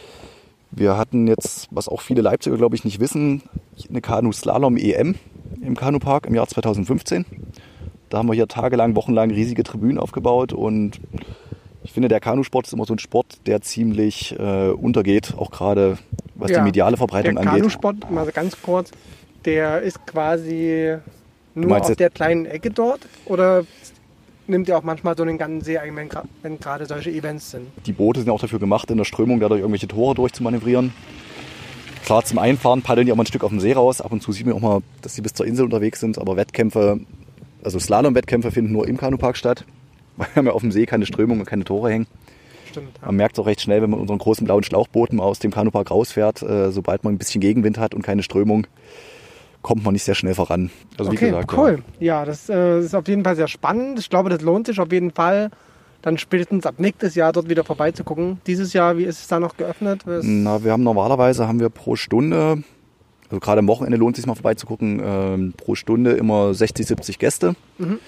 Wir hatten jetzt, was auch viele Leipziger, glaube ich, nicht wissen, eine Kanu-Slalom-E M im Kanupark im Jahr zweitausendfünfzehn. Da haben wir hier tagelang, wochenlang riesige Tribünen aufgebaut, und ich finde, der Kanusport ist immer so ein Sport, der ziemlich äh, untergeht, auch gerade was Ja. die mediale Verbreitung Der angeht. Kanusport, mal ganz kurz, der ist quasi nur meinst auf jetzt- der kleinen Ecke dort? Oder nimmt ihr auch manchmal so einen ganzen See ein, wenn gra- wenn gerade solche Events sind? Die Boote sind auch dafür gemacht, in der Strömung dadurch irgendwelche Tore durchzumanövrieren. Klar, zum Einfahren paddeln die auch mal ein Stück auf dem See raus. Ab und zu sieht man auch mal, dass sie bis zur Insel unterwegs sind. Aber Wettkämpfe, also Slalom-Wettkämpfe finden nur im Kanupark statt. Weil wir haben ja auf dem See keine Strömung und keine Tore hängen. Stimmt. Ja. Man merkt es auch recht schnell, wenn man mit unseren großen blauen Schlauchbooten aus dem Kanupark rausfährt. Äh, sobald man ein bisschen Gegenwind hat und keine Strömung, kommt man nicht sehr schnell voran. Also wie Okay, gesagt, cool. Ja, das äh, ist auf jeden Fall sehr spannend. Ich glaube, das lohnt sich auf jeden Fall, dann spätestens ab nächstes Jahr dort wieder vorbeizugucken. Dieses Jahr, wie ist es da noch geöffnet? Ja. Was- Na, wir haben normalerweise haben wir pro Stunde, also gerade am Wochenende lohnt es sich mal vorbeizugucken, ähm, pro Stunde immer sechzig, siebzig Gäste. Mhm.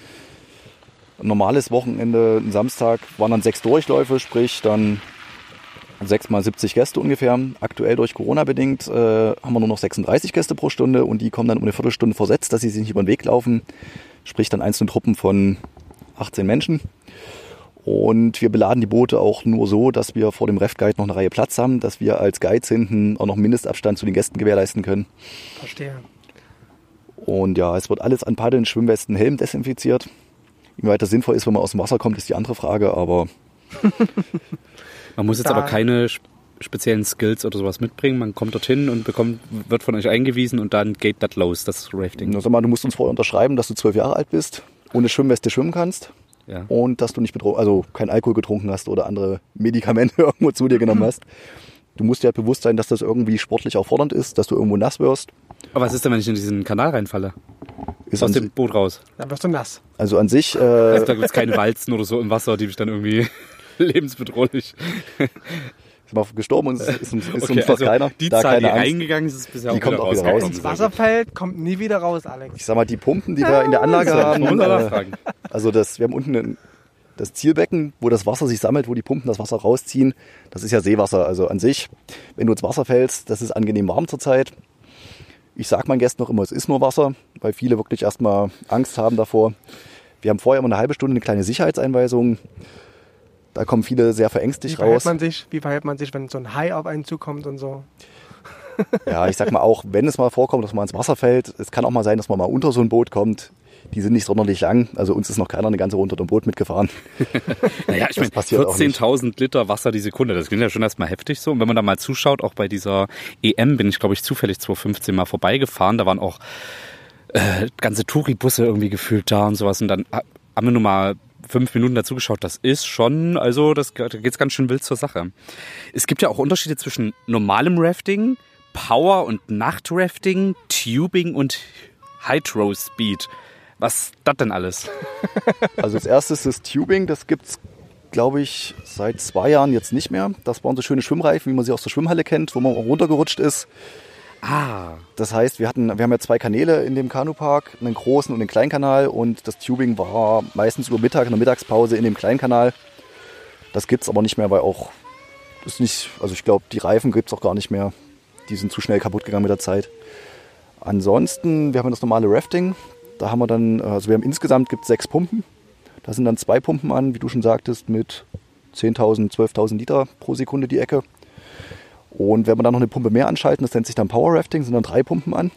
Ein normales Wochenende, ein Samstag, waren dann sechs Durchläufe, sprich dann sechs mal siebzig Gäste ungefähr. Aktuell durch Corona bedingt äh, haben wir nur noch sechsunddreißig Gäste pro Stunde, und die kommen dann um eine Viertelstunde versetzt, dass sie sich nicht über den Weg laufen. sprich dann einzelne Truppen von achtzehn Menschen. Und wir beladen die Boote auch nur so, dass wir vor dem Raft-Guide noch eine Reihe Platz haben, dass wir als Guides hinten auch noch Mindestabstand zu den Gästen gewährleisten können. Verstehe. Und ja, es wird alles an Paddeln, Schwimmwesten, Helm desinfiziert. Inwieweit das sinnvoll ist, wenn man aus dem Wasser kommt, ist die andere Frage, aber... Man muss jetzt Da- aber keine sp- speziellen Skills oder sowas mitbringen. Man kommt dorthin und bekommt, wird von euch eingewiesen und dann geht das los, das Rafting. Sag mal, du musst uns vorher unterschreiben, dass du zwölf Jahre alt bist, ohne Schwimmweste schwimmen kannst. Ja. Und dass du nicht betro- also kein Alkohol getrunken hast oder andere Medikamente irgendwo zu dir genommen hast. Du musst dir halt bewusst sein, dass das irgendwie sportlich auch fordernd ist, dass du irgendwo nass wirst. Aber was ist denn, wenn ich in diesen Kanal reinfalle? Ist Aus an, dem si- Boot raus. Dann wirst du nass. also an sich, Also äh, da gibt es keine Walzen oder so im Wasser, die mich dann irgendwie lebensbedrohlich. ist mal gestorben und ist, ist, ist Okay, uns doch also keiner. die da Zahl, die keine Angst. reingegangen ist, ist bisher Die auch kommt wieder auch wieder rausgekommen. raus. Ins Wasser fällt, kommt nie wieder raus, Alex. Ich sag mal, die Pumpen, die da in der Anlage haben, Man muss äh, nachfragen. also das, wir haben unten ein, das Zielbecken, wo das Wasser sich sammelt, wo die Pumpen das Wasser rausziehen. Das ist ja Seewasser. Also an sich, wenn du ins Wasser fällst, das ist angenehm warm zurzeit. Ich sage meinen Gästen noch immer, es ist nur Wasser, weil viele wirklich erstmal Angst haben davor. Wir haben vorher immer eine halbe Stunde eine kleine Sicherheitseinweisung. Da kommen viele sehr Wie verängstigt verhält raus. man sich, wie verhält man sich, wenn so ein Hai auf einen zukommt und so? Ja, ich sag mal auch, wenn es mal vorkommt, dass man ins Wasser fällt, es kann auch mal sein, dass man mal unter so ein Boot kommt. Die sind nicht sonderlich lang. Also uns ist noch keiner eine ganze Runde unter dem Boot mitgefahren. Naja, ich Das meine, passiert auch nicht. vierzehntausend Liter Wasser die Sekunde, das klingt ja schon erstmal heftig so. Und wenn man da mal zuschaut, auch bei dieser E M bin ich, glaube ich, zufällig zweitausendfünfzehn mal vorbeigefahren. Da waren auch äh, ganze Touri-Busse irgendwie gefühlt da und sowas. Und dann ha- haben wir nur mal fünf Minuten dazu geschaut. Das ist schon, also das, da geht's ganz schön wild zur Sache. Es gibt ja auch Unterschiede zwischen normalem Rafting, Power- und Nachtrafting, Tubing und Hydro-Speed. Was ist das denn alles? Also als erstes das Tubing, das gibt's, glaube ich, seit zwei Jahren jetzt nicht mehr. Das waren so schöne Schwimmreifen, wie man sie aus der Schwimmhalle kennt, wo man auch runtergerutscht ist. Ah, Das heißt, wir hatten, wir haben ja zwei Kanäle in dem Kanupark, einen großen und einen kleinen Kanal, und das Tubing war meistens über Mittag, in der Mittagspause in dem kleinen Kanal. Das gibt's aber nicht mehr, weil auch ist nicht, also ich glaube, die Reifen gibt's auch gar nicht mehr. Die sind zu schnell kaputt gegangen mit der Zeit. Ansonsten, wir haben das normale Rafting. Da haben wir dann, also wir haben insgesamt gibt's sechs Pumpen. Da sind dann zwei Pumpen an, wie du schon sagtest, mit zehntausend, zwölftausend Liter pro Sekunde die Ecke. Und wenn wir dann noch eine Pumpe mehr anschalten, das nennt sich dann Power Rafting, sind dann drei Pumpen an.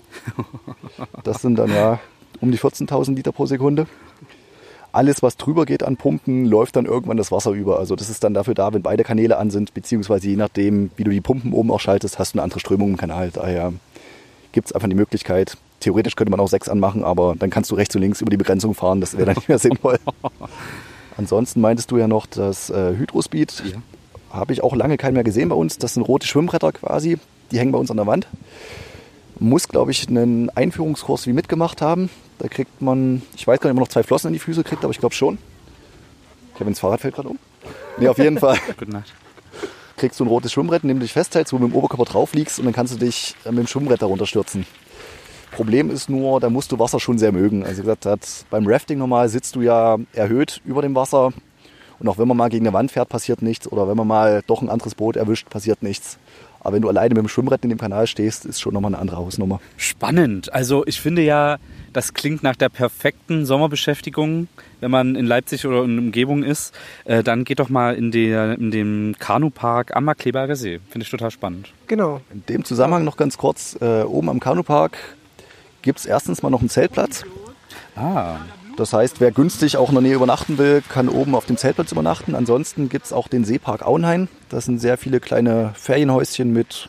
Das sind dann ja um die vierzehntausend Liter pro Sekunde. Alles, was drüber geht an Pumpen, läuft dann irgendwann das Wasser über. Also das ist dann dafür da, wenn beide Kanäle an sind, beziehungsweise je nachdem, wie du die Pumpen oben auch schaltest, hast du eine andere Strömung im Kanal. Daher gibt es einfach die Möglichkeit, theoretisch könnte man auch sechs anmachen, aber dann kannst du rechts und links über die Begrenzung fahren, das wäre dann nicht mehr sinnvoll. Ansonsten meintest du ja noch das äh, Hydrospeed. Ja. Habe ich auch lange keinen mehr gesehen bei uns. Das sind rote Schwimmbretter quasi, die hängen bei uns an der Wand. Muss, glaube ich, einen Einführungskurs wie mitgemacht haben. Da kriegt man, ich weiß gar nicht, ob man noch zwei Flossen in die Füße kriegt, aber ich glaube schon. Kevins Fahrrad fällt gerade um. Nee, auf jeden Fall gute Nacht. kriegst du ein rotes Schwimmbrett, in dem du dich festhältst, wo du mit dem Oberkörper drauf liegst, und dann kannst du dich äh, mit dem Schwimmbrett darunter stürzen. Problem ist nur, da musst du Wasser schon sehr mögen. Also wie gesagt, das, beim Rafting normal sitzt du ja erhöht über dem Wasser. Und auch wenn man mal gegen eine Wand fährt, passiert nichts. Oder wenn man mal doch ein anderes Boot erwischt, passiert nichts. Aber wenn du alleine mit dem Schwimmbrett in dem Kanal stehst, ist schon nochmal eine andere Hausnummer. Spannend. Also ich finde ja, das klingt nach der perfekten Sommerbeschäftigung, wenn man in Leipzig oder in der Umgebung ist. Äh, dann geht doch mal in, der, in den Kanupark am Markkleeberger See. Finde ich total spannend. Genau. In dem Zusammenhang noch ganz kurz, äh, oben am Kanupark gibt es erstens mal noch einen Zeltplatz. Ah, Das heißt, wer günstig auch in der Nähe übernachten will, kann oben auf dem Zeltplatz übernachten. Ansonsten gibt es auch den Seepark Auenhain. Das sind sehr viele kleine Ferienhäuschen mit,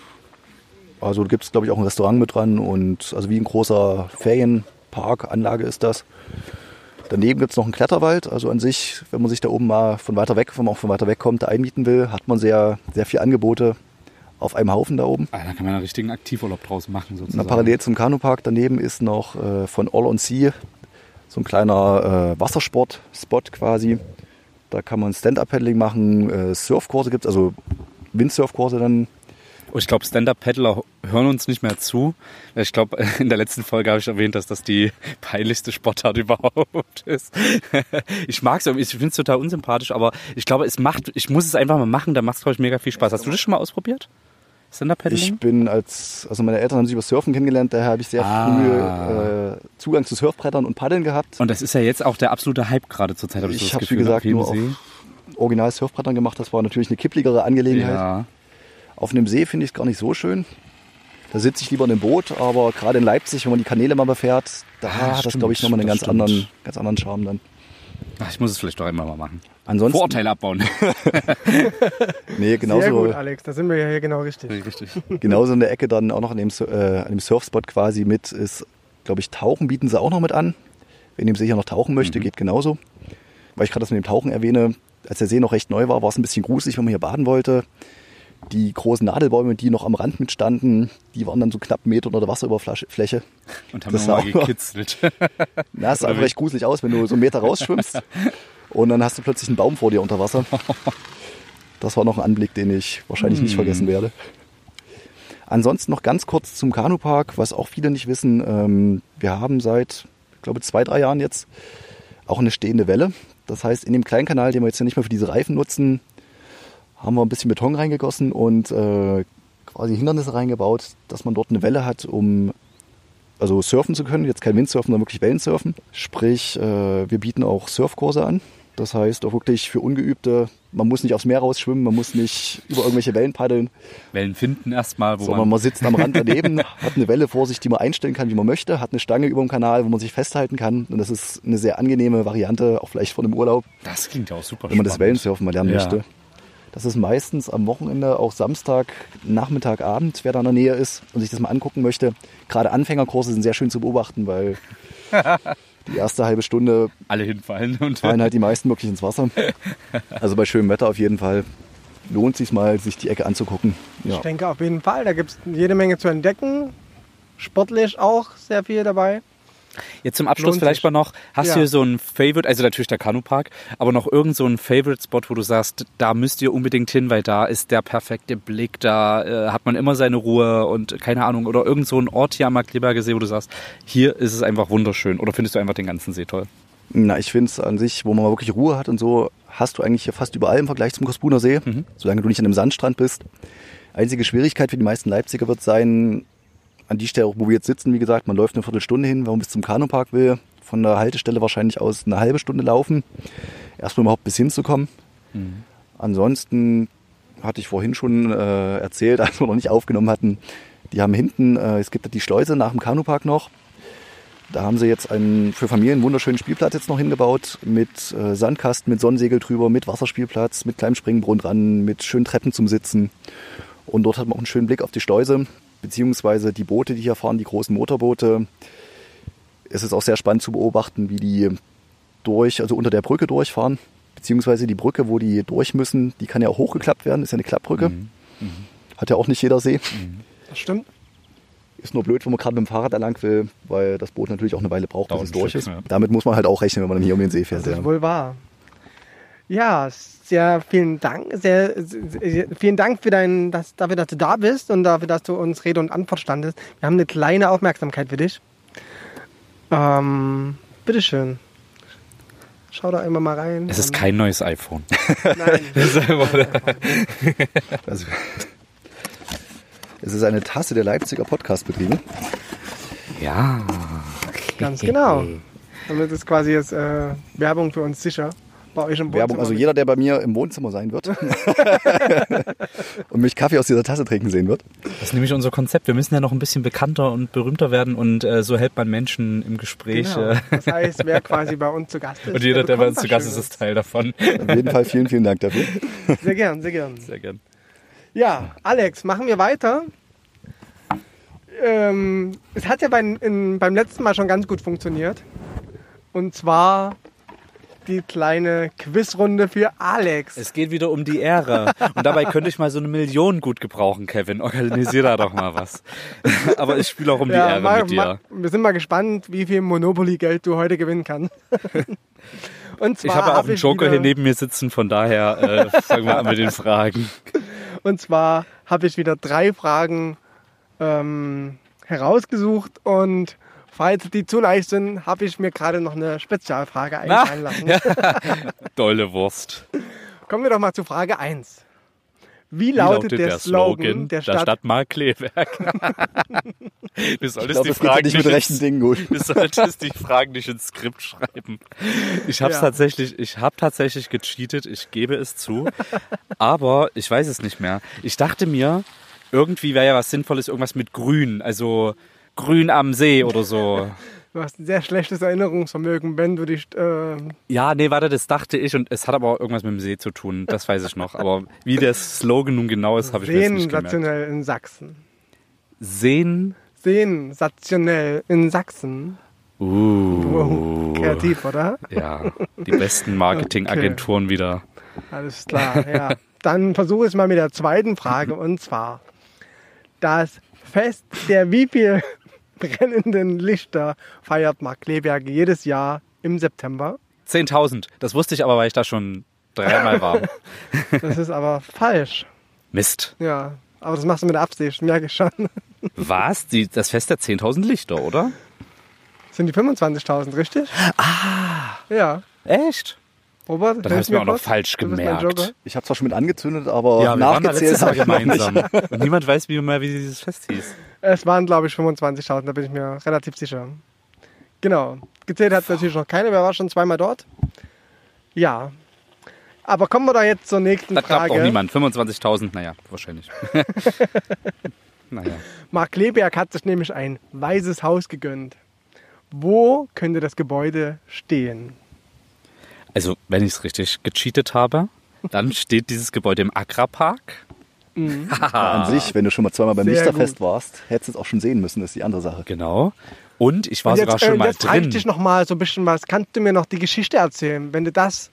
also gibt es glaube ich auch ein Restaurant mit dran, und also wie ein großer Ferienpark-Anlage ist das. Daneben gibt es noch einen Kletterwald. Also an sich, wenn man sich da oben mal von weiter weg, wenn man auch von weiter weg kommt, da einmieten will, hat man sehr, sehr viele Angebote auf einem Haufen da oben. ah, da kann man einen richtigen Aktivurlaub draus machen Na, sozusagen. parallel zum Kanupark daneben ist noch äh, von All on Sea so ein kleiner äh, Wassersport-Spot quasi. Da kann man Stand-Up-Paddling machen, äh, Surfkurse gibt es, also Windsurfkurse dann. Oh, ich glaube, Stand-Up-Paddler hören uns nicht mehr zu. Ich glaube, in der letzten Folge habe ich erwähnt, dass das die peinlichste Sportart überhaupt ist. Ich mag es, ich finde es total unsympathisch, aber ich glaube, es macht, ich muss es einfach mal machen, da macht es, glaube ich, mega viel Spaß. Hast du das schon mal ausprobiert? Stand-Up-Paddling? Ich bin als, also meine Eltern haben sich über Surfen kennengelernt, daher habe ich sehr Ah. früh äh, Zugang zu Surfbrettern und Paddeln gehabt. Und das ist ja jetzt auch der absolute Hype gerade zur Zeit, habe ich, so Ich das habe, wie Gefühl. gesagt, am nur auf Chiemsee. original Surfbrettern gemacht. Das war natürlich eine kippligere Angelegenheit. Ja. Auf einem See finde ich es gar nicht so schön. Da sitze ich lieber in einem Boot, aber gerade in Leipzig, wenn man die Kanäle mal befährt, da Ah, hat das, stimmt, glaube ich, nochmal einen das ganz stimmt. anderen, ganz anderen Charme dann. Ach, ich muss es vielleicht doch einmal mal machen. Ansonsten, Vorurteile abbauen. nee, Sehr genauso, gut, Alex. Da sind wir ja hier genau richtig. Richtig. genauso in der Ecke dann auch noch an dem, Sur- äh, an dem Surfspot quasi mit ist, glaube ich, Tauchen bieten sie auch noch mit an. Wenn dem See hier noch tauchen möchte, Mhm. geht genauso. Weil ich gerade das mit dem Tauchen erwähne, als der See noch recht neu war, war es ein bisschen gruselig, wenn man hier baden wollte. Die großen Nadelbäume, die noch am Rand mitstanden, die waren dann so knapp einen Meter unter der Wasseroberfläche. Und haben Das nochmal sah auch- gekitzelt. Na, es sah einfach recht gruselig aus, wenn du so einen Meter rausschwimmst und dann hast du plötzlich einen Baum vor dir unter Wasser. Das war noch ein Anblick, den ich wahrscheinlich nicht Hm. vergessen werde. Ansonsten noch ganz kurz zum Kanupark, was auch viele nicht wissen. Ähm, wir haben seit, ich glaube, zwei, drei Jahren jetzt auch eine stehende Welle. Das heißt, in dem kleinen Kanal, den wir jetzt ja nicht mehr für diese Reifen nutzen, haben wir ein bisschen Beton reingegossen und äh, quasi Hindernisse reingebaut, dass man dort eine Welle hat, um also surfen zu können. Jetzt kein Windsurfen, sondern wirklich Wellensurfen. Sprich, äh, wir bieten auch Surfkurse an. Das heißt auch wirklich für Ungeübte, man muss nicht aufs Meer rausschwimmen, man muss nicht über irgendwelche Wellen paddeln, Wellen finden erstmal, wo sondern man... man sitzt am Rand daneben, hat eine Welle vor sich, die man einstellen kann, wie man möchte, hat eine Stange über dem Kanal, wo man sich festhalten kann. Und das ist eine sehr angenehme Variante, auch vielleicht von einem Urlaub, Das klingt ja auch super wenn man das spannend. Wellensurfen mal lernen Ja. möchte. Das ist meistens am Wochenende, auch Samstag, Nachmittag, Abend, wer da in der Nähe ist und sich das mal angucken möchte. Gerade Anfängerkurse sind sehr schön zu beobachten, weil die erste halbe Stunde Alle hinfallen. Und fallen halt die meisten wirklich ins Wasser. Also bei schönem Wetter auf jeden Fall lohnt es sich mal, sich die Ecke anzugucken. Ja. Ich denke auf jeden Fall. Da gibt es jede Menge zu entdecken. Sportlich auch sehr viel dabei. Jetzt zum Abschluss Lohnt vielleicht sich. mal noch, hast Ja. du hier so ein Favorite, also natürlich der Kanupark, aber noch irgend so ein Favorite-Spot, wo du sagst, da müsst ihr unbedingt hin, weil da ist der perfekte Blick, da äh, hat man immer seine Ruhe und keine Ahnung, oder irgend so ein Ort hier am Markkleeberger See, wo du sagst, hier ist es einfach wunderschön, oder findest du einfach den ganzen See toll? Na, ich finde es an sich, wo man mal wirklich Ruhe hat und so, hast du eigentlich hier fast überall im Vergleich zum Kospuner See, Mhm. solange du nicht an einem Sandstrand bist. Einzige Schwierigkeit für die meisten Leipziger wird sein, an die Stelle, wo wir jetzt sitzen, wie gesagt, man läuft eine Viertelstunde hin, wenn man bis zum Kanupark will. Von der Haltestelle wahrscheinlich aus eine halbe Stunde laufen, erstmal überhaupt bis hinzukommen. Mhm. Ansonsten hatte ich vorhin schon äh, erzählt, als wir noch nicht aufgenommen hatten, die haben hinten, äh, es gibt die Schleuse nach dem Kanupark noch. Da haben sie jetzt einen für Familien einen wunderschönen Spielplatz jetzt noch hingebaut mit äh, Sandkasten, mit Sonnensegel drüber, mit Wasserspielplatz, mit kleinem Springbrunnen dran, mit schönen Treppen zum Sitzen. Und dort hat man auch einen schönen Blick auf die Schleuse, beziehungsweise die Boote, die hier fahren, die großen Motorboote. Es ist auch sehr spannend zu beobachten, wie die durch, also unter der Brücke durchfahren, beziehungsweise die Brücke, wo die durch müssen, die kann ja auch hochgeklappt werden, ist ja eine Klappbrücke. Mhm. Hat ja auch nicht jeder See. Das stimmt. Ist nur blöd, wenn man gerade mit dem Fahrrad da lang will, weil das Boot natürlich auch eine Weile braucht, bis Dauert es ein durch Stück, ist. ja. Damit muss man halt auch rechnen, wenn man dann hier um den See fährt. Das ist Ja. wohl wahr. Ja, sehr vielen Dank. Sehr, sehr, vielen Dank für dein, dass, dafür, dass du da bist und dafür, dass du uns Rede und Antwort standest. Wir haben eine kleine Aufmerksamkeit für dich. Ähm, bitteschön. Schau da einmal mal rein. Es ist Und- kein neues iPhone. Nein. Also, es ist eine Tasse der Leipziger Podcast-Betriebe. Ja. Ganz genau. Damit ist quasi jetzt äh, Werbung für uns sicher. Bei euch im Werbung, also Wohnzimmer. jeder, der bei mir im Wohnzimmer sein wird und mich Kaffee aus dieser Tasse trinken sehen wird. Das ist nämlich unser Konzept. Wir müssen ja noch ein bisschen bekannter und berühmter werden und äh, so hält man Menschen im Gespräch. Genau. Äh, Das heißt, wer quasi bei uns zu Gast ist. und jeder, der bei uns bekommt zu Gast was ist, ist Teil davon. Auf jeden Fall vielen, vielen Dank dafür. Schönes. Sehr gern, sehr gern. Sehr gern. Ja, Alex, machen wir weiter. Ähm, es hat ja beim, in, beim letzten Mal schon ganz gut funktioniert. Und zwar die kleine Quizrunde für Alex. Es geht wieder um die Ehre. Und dabei könnte ich mal so eine Million gut gebrauchen, Kevin. Organisier da doch mal was. Aber ich spiele auch um die Ehre mal, mit dir. mal, wir sind mal gespannt, wie viel Monopoly-Geld du heute gewinnen kannst. Und zwar Ich habe auch hab einen ich Joker wieder, hier neben mir sitzen, von daher äh, fangen wir an mit den Fragen. Und zwar habe ich wieder drei Fragen ähm, herausgesucht und falls die zu leicht sind, habe ich mir gerade noch eine Spezialfrage einfallen lassen. Dolle Wurst. Kommen wir doch mal zu Frage eins. Wie lautet, Wie lautet der, der Slogan, Slogan der Stadt, der Stadt Markkleeberg? Du solltest, ich glaub, die Fragen nicht mit rechten Dingen gut. Du solltest die Fragen nicht ins Skript schreiben. Ich habe ja. tatsächlich, ich habe tatsächlich gecheatet, ich gebe es zu, aber ich weiß es nicht mehr. Ich dachte mir, irgendwie wäre ja was Sinnvolles, irgendwas mit Grün, also Grün am See oder so. Du hast ein sehr schlechtes Erinnerungsvermögen, wenn du dich... Äh ja, nee, warte, das dachte ich und es hat aber auch irgendwas mit dem See zu tun, das weiß ich noch. Aber wie der Slogan nun genau ist, habe ich mir jetzt nicht gemerkt. Sensationell in Sachsen. Sehen? Sensationell in Sachsen. Uh. Wow, kreativ, oder? Ja, die besten Marketingagenturen okay. wieder. Alles klar, ja. Dann versuche ich es mal mit der zweiten Frage und zwar das Fest der wie viel... brennenden Lichter feiert Markkleeberg jedes Jahr im September. zehntausend. Das wusste ich aber, weil ich da schon dreimal war. Das ist aber falsch. Mist. Ja, aber das machst du mit Absicht, merke ich schon. Was? Die, das Fest der zehntausend Lichter, oder? Sind die fünfundzwanzigtausend, richtig? Ah. Ja. Echt? Robert, dann hast du mir auch noch falsch gemerkt. Ich habe zwar schon mit angezündet, aber ja, nachgezählt habe ich gemeinsam. Nicht. Und niemand weiß wie, mehr, wie dieses Fest hieß. Es waren, glaube ich, fünfundzwanzigtausend, da bin ich mir relativ sicher. Genau. Gezählt hat natürlich noch keiner, wer war schon zweimal dort? Ja. Aber kommen wir da jetzt zur nächsten das Frage. Das glaubt auch niemand. fünfundzwanzigtausend, naja, wahrscheinlich. naja. Markkleeberg hat sich nämlich ein weißes Haus gegönnt. Wo könnte das Gebäude stehen? Also, wenn ich es richtig gecheatet habe, dann steht dieses Gebäude im Agrapark. Mhm. Ja, an sich, wenn du schon mal zweimal beim Sehr Lichterfest gut. warst, hättest du es auch schon sehen müssen, das ist die andere Sache. Genau. Und ich war Und jetzt, sogar schon äh, mal jetzt drin. Jetzt dich noch mal so ein bisschen was. Kannst du mir noch die Geschichte erzählen, wenn du das...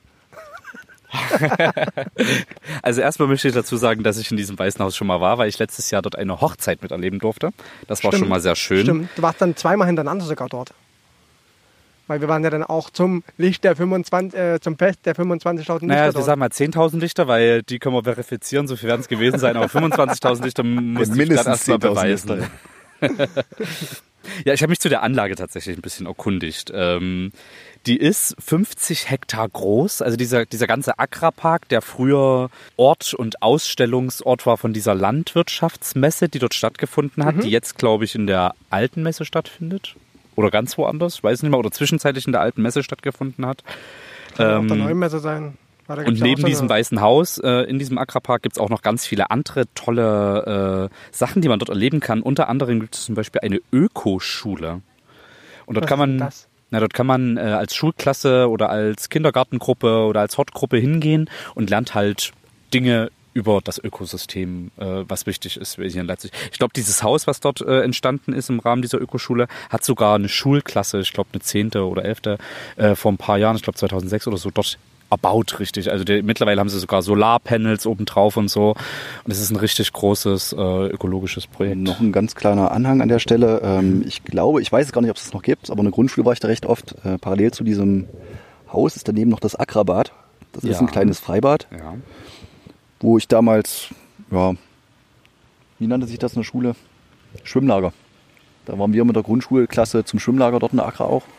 Also erstmal möchte ich dazu sagen, dass ich in diesem Weißen Haus schon mal war, weil ich letztes Jahr dort eine Hochzeit miterleben durfte. Das war Stimmt. schon mal sehr schön. Stimmt, du warst dann zweimal hintereinander sogar dort. Weil wir waren ja dann auch zum Licht der fünfundzwanzig, äh, zum Fest der fünfundzwanzigtausend Lichter. Naja, dort. wir sagen mal zehntausend Lichter, weil die können wir verifizieren, so viel werden es gewesen sein, aber fünfundzwanzigtausend Lichter muss ich dann erstmal beweisen. Ja, ich habe mich zu der Anlage tatsächlich ein bisschen erkundigt. Ähm, die ist fünfzig Hektar groß, also dieser, dieser ganze Agrapark, der früher Ort und Ausstellungsort war von dieser Landwirtschaftsmesse, die dort stattgefunden hat, mhm. die jetzt, glaube ich, in der alten Messe stattfindet. Oder ganz woanders, ich weiß nicht mehr, oder zwischenzeitlich in der alten Messe stattgefunden hat. Kann ähm, auch der neuen Messe sein. Und neben so diesem Weißen Haus, äh, in diesem Agrapark, gibt es auch noch ganz viele andere tolle äh, Sachen, die man dort erleben kann. Unter anderem gibt es zum Beispiel eine Ökoschule. Und dort Was kann man, ist das? na, dort kann man äh, als Schulklasse oder als Kindergartengruppe oder als Hortgruppe hingehen und lernt halt Dinge über das Ökosystem, äh, was wichtig ist hier in Leipzig. Ich glaube, dieses Haus, was dort äh, entstanden ist im Rahmen dieser Ökoschule, hat sogar eine Schulklasse, ich glaube eine zehnte oder elfte, äh, vor ein paar Jahren, ich glaube zweitausendsechs oder so, dort erbaut, richtig. Also die, mittlerweile haben sie sogar Solarpanels obendrauf und so. Und es ist ein richtig großes äh, ökologisches Projekt. Noch ein ganz kleiner Anhang an der Stelle. Ähm, ich glaube, ich weiß gar nicht, ob es das noch gibt, aber eine Grundschule war ich da recht oft. Äh, parallel zu diesem Haus ist daneben noch das Agrabad. Das ja. ist ein kleines Freibad. Ja. Wo ich damals, ja, wie nannte sich das in der Schule? Schwimmlager. Da waren wir mit der Grundschulklasse zum Schwimmlager dort in der Agra auch.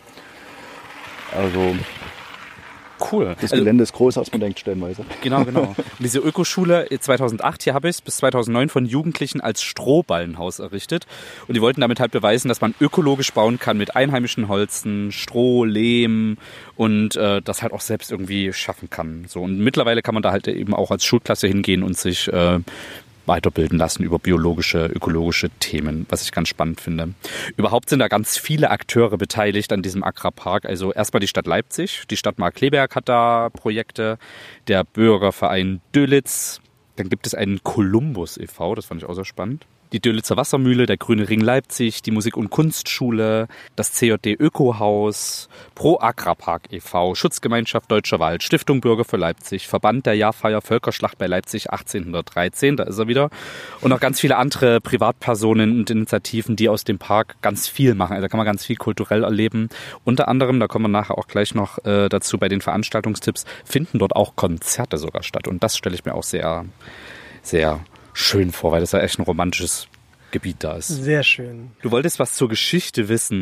Also cool. Das also, Gelände ist größer, als man denkt, stellenweise. Genau, genau. Und diese Ökoschule zweitausendacht, hier habe ich es, bis zweitausendneun von Jugendlichen als Strohballenhaus errichtet. Und die wollten damit halt beweisen, dass man ökologisch bauen kann mit einheimischen Holzen, Stroh, Lehm und äh, das halt auch selbst irgendwie schaffen kann. So, und mittlerweile kann man da halt eben auch als Schulklasse hingehen und sich äh, weiterbilden lassen über biologische, ökologische Themen, was ich ganz spannend finde. Überhaupt sind da ganz viele Akteure beteiligt an diesem Agrapark. Also erstmal die Stadt Leipzig, die Stadt Markkleeberg hat da Projekte, der Bürgerverein Dölitz, dann gibt es einen Columbus e V, das fand ich auch sehr spannend. Die Dölitzer Wassermühle, der Grüne Ring Leipzig, die Musik- und Kunstschule, das C J D Ökohaus, Pro Agrapark e V, Schutzgemeinschaft Deutscher Wald, Stiftung Bürger für Leipzig, Verband der Jahrfeier Völkerschlacht bei Leipzig achtzehnhundertdreizehn, da ist er wieder. Und noch ganz viele andere Privatpersonen und Initiativen, die aus dem Park ganz viel machen. Also da kann man ganz viel kulturell erleben. Unter anderem, da kommen wir nachher auch gleich noch äh, dazu, bei den Veranstaltungstipps, finden dort auch Konzerte sogar statt. Und das stelle ich mir auch sehr, sehr schön vor, weil das ja echt ein romantisches Gebiet da ist. Sehr schön. Du wolltest was zur Geschichte wissen.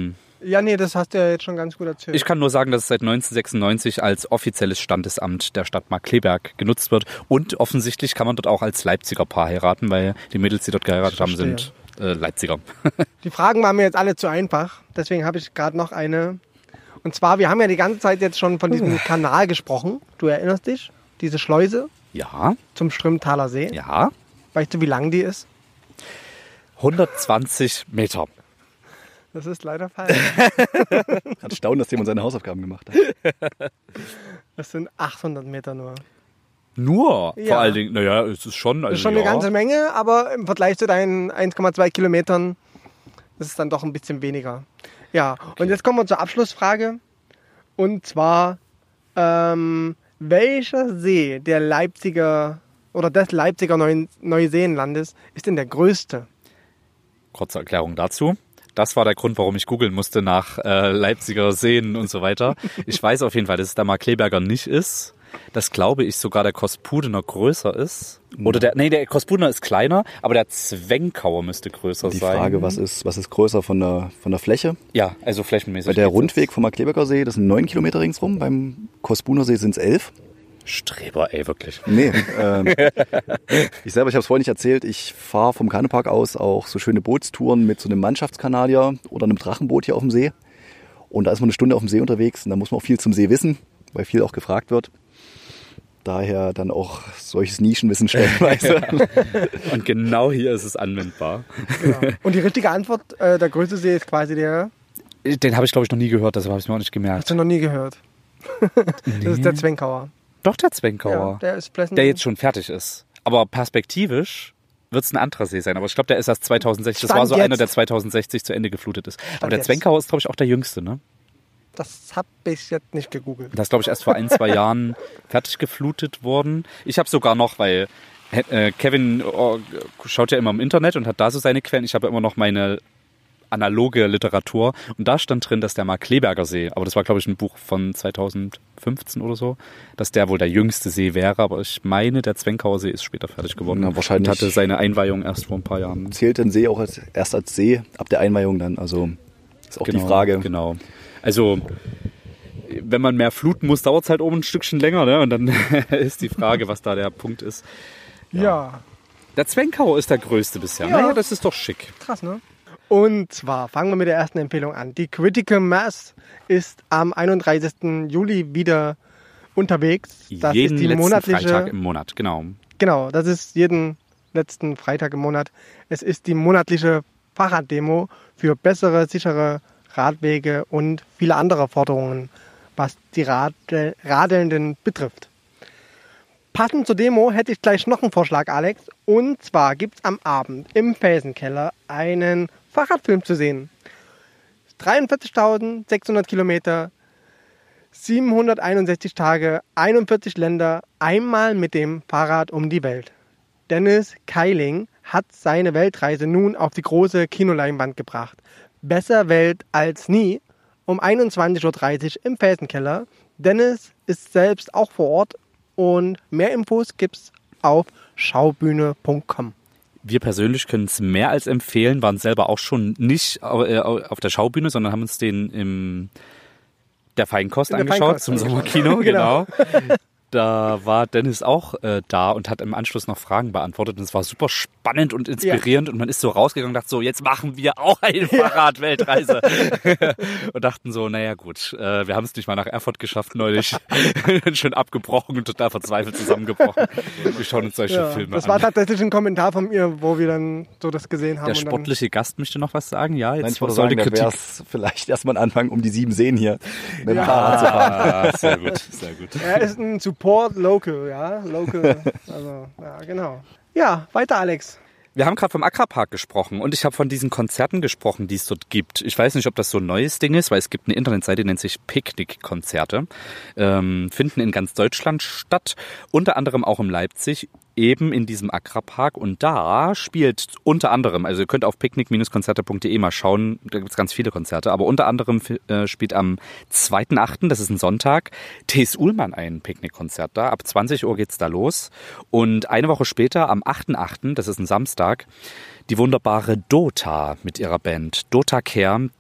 Ja, nee, das hast du ja jetzt schon ganz gut erzählt. Ich kann nur sagen, dass es seit neunzehnhundertsechsundneunzig als offizielles Standesamt der Stadt Markkleeberg genutzt wird. Und offensichtlich kann man dort auch als Leipziger Paar heiraten, weil die Mädels, die dort geheiratet haben, sind äh, Leipziger. Die Fragen waren mir jetzt alle zu einfach. Deswegen habe ich gerade noch eine. Und zwar, wir haben ja die ganze Zeit jetzt schon von diesem Kanal gesprochen. Du erinnerst dich? Diese Schleuse Ja, zum Strömtaler See. ja. Weißt du, wie lang die ist? hundertzwanzig Meter. Das ist leider falsch. Hat staunen, dass jemand seine Hausaufgaben gemacht hat. Das sind achthundert Meter nur. Nur, Ja. vor allen Dingen, naja, es ist schon... Also, Das ist schon ja. eine ganze Menge, aber im Vergleich zu deinen eins Komma zwei Kilometern ist es dann doch ein bisschen weniger. Ja, und jetzt kommen wir zur Abschlussfrage. Und zwar, ähm, welcher See der Leipziger oder des Leipziger Neu- Neuseenlandes ist denn der größte? Kurze Erklärung dazu. Das war der Grund, warum ich googeln musste nach äh, Leipziger Seen und so weiter. Ich weiß auf jeden Fall, dass es der Markkleeberger nicht ist. Das glaube ich sogar der Kospudener größer ist. Oder der, nee, der Kospudener ist kleiner, aber der Zwenkauer müsste größer Die sein. Frage, was ist, was ist größer von der, von der Fläche? Ja, also flächenmäßig. Bei der geht's Rundweg vom Markkleeberger See, das sind neun Kilometer ringsrum. Beim Kospuner See sind es elf. jetzt. Streber, ey, wirklich. Nee, ähm, ich selber, ich habe es vorhin nicht erzählt, ich fahre vom Kanupark aus auch so schöne Bootstouren mit so einem Mannschaftskanadier oder einem Drachenboot hier auf dem See. Und da ist man eine Stunde auf dem See unterwegs und da muss man auch viel zum See wissen, weil viel auch gefragt wird. Daher dann auch solches Nischenwissen stellenweise. Und genau hier ist es anwendbar. Genau. Und die richtige Antwort, äh, der größte See ist quasi der, Den habe ich, glaube ich, noch nie gehört, deshalb habe ich mir auch nicht hast gemerkt. du noch nie gehört. Das ist der Zwenkauer. Doch, der Zwenkauer. Ja, der ist Plessen- der jetzt schon fertig ist. Aber perspektivisch wird es ein anderer See sein. Aber ich glaube, der ist erst zweitausendsechzig. Das Stand war so jetzt. einer, der zweitausendsechzig zu Ende geflutet ist. Aber der jetzt. Zwenkauer ist, glaube ich, auch der jüngste, ne? Das habe ich jetzt nicht gegoogelt. Das ist, glaube ich, erst vor ein, zwei Jahren fertig geflutet worden. Ich habe sogar noch, weil äh, Kevin oh, schaut ja immer im Internet und hat da so seine Quellen. Ich habe ja immer noch meine analoge Literatur. Und da stand drin, dass der Markkleeberger See, aber das war, glaube ich, ein Buch von zweitausendfünfzehn oder so, dass der wohl der jüngste See wäre. Aber ich meine, der Zwenkauer See ist später fertig geworden. Na, wahrscheinlich. Und hatte seine Einweihung erst vor ein paar Jahren. Zählt ein See auch als, erst als See ab der Einweihung dann? Also ist auch Genau, die Frage. Genau. Also, wenn man mehr fluten muss, dauert es halt oben ein Stückchen länger, ne? Und dann ist die Frage, was da der Punkt ist. Ja, Der Zwenkauer ist der größte bisher. Ja. Naja, das ist doch schick. krass, ne? Und zwar fangen wir mit der ersten Empfehlung an. Die Critical Mass ist am einunddreißigsten Juli wieder unterwegs. Das Jeden ist die letzten monatliche. Freitag im Monat, genau. Genau, das ist jeden letzten Freitag im Monat. Es ist die monatliche Fahrraddemo für bessere, sichere Radwege und viele andere Forderungen, was die Radel, Radelnden betrifft. Passend zur Demo hätte ich gleich noch einen Vorschlag, Alex. Und zwar gibt es am Abend im Felsenkeller einen Fahrradfilm zu sehen. dreiundvierzigtausendsechshundert Kilometer, siebenhunderteinundsechzig Tage, einundvierzig Länder, einmal mit dem Fahrrad um die Welt. Dennis Keiling hat seine Weltreise nun auf die große Kinoleinwand gebracht. Besser Welt als nie, um einundzwanzig Uhr dreißig im Felsenkeller. Dennis ist selbst auch vor Ort und mehr Infos gibt's auf schaubühne punkt com. Wir persönlich können es mehr als empfehlen, waren selber auch schon nicht auf der Schaubühne, sondern haben uns den im der Feinkost In der angeschaut, Feinkost zum angeschaut. Sommerkino, Genau. genau. Da war Dennis auch äh, da und hat im Anschluss noch Fragen beantwortet. Und es war super spannend und inspirierend. Und man ist so rausgegangen und dachte so, jetzt machen wir auch eine Fahrrad-Weltreise. Und dachten so, naja gut, äh, wir haben es nicht mal nach Erfurt geschafft neulich. Schon abgebrochen und total verzweifelt zusammengebrochen. Wir schauen uns solche Ja, Filme das an. war tatsächlich ein Kommentar von mir, wo wir dann so das gesehen haben. Der und dann, sportliche Gast möchte noch was sagen. Ja, jetzt Nein, ich wollte sollte sagen, da wäre Kritik. es vielleicht erstmal ein Anfang, um die sieben Seen hier mit dem Ja. Fahrrad zu fahren. Ah, sehr gut, sehr gut. er ist ein Support Local, ja, Local, also, ja, genau. Ja, weiter, Alex. Wir haben gerade vom Akrapark gesprochen und ich habe von diesen Konzerten gesprochen, die es dort gibt. Ich weiß nicht, ob das so ein neues Ding ist, weil es gibt eine Internetseite, die nennt sich Picknick-Konzerte. Ähm, finden in ganz Deutschland statt, unter anderem auch in Leipzig, eben in diesem Akrapark. Und da spielt unter anderem, also ihr könnt auf picknick konzerte punkt de mal schauen, da gibt es ganz viele Konzerte, aber unter anderem äh, spielt am zweiten achten, das ist ein Sonntag, T S. Ullmann ein Picknickkonzert da. Ab zwanzig Uhr geht's da los. Und eine Woche später, am achten achten, das ist ein Samstag, die wunderbare Dota mit ihrer Band Dota Care.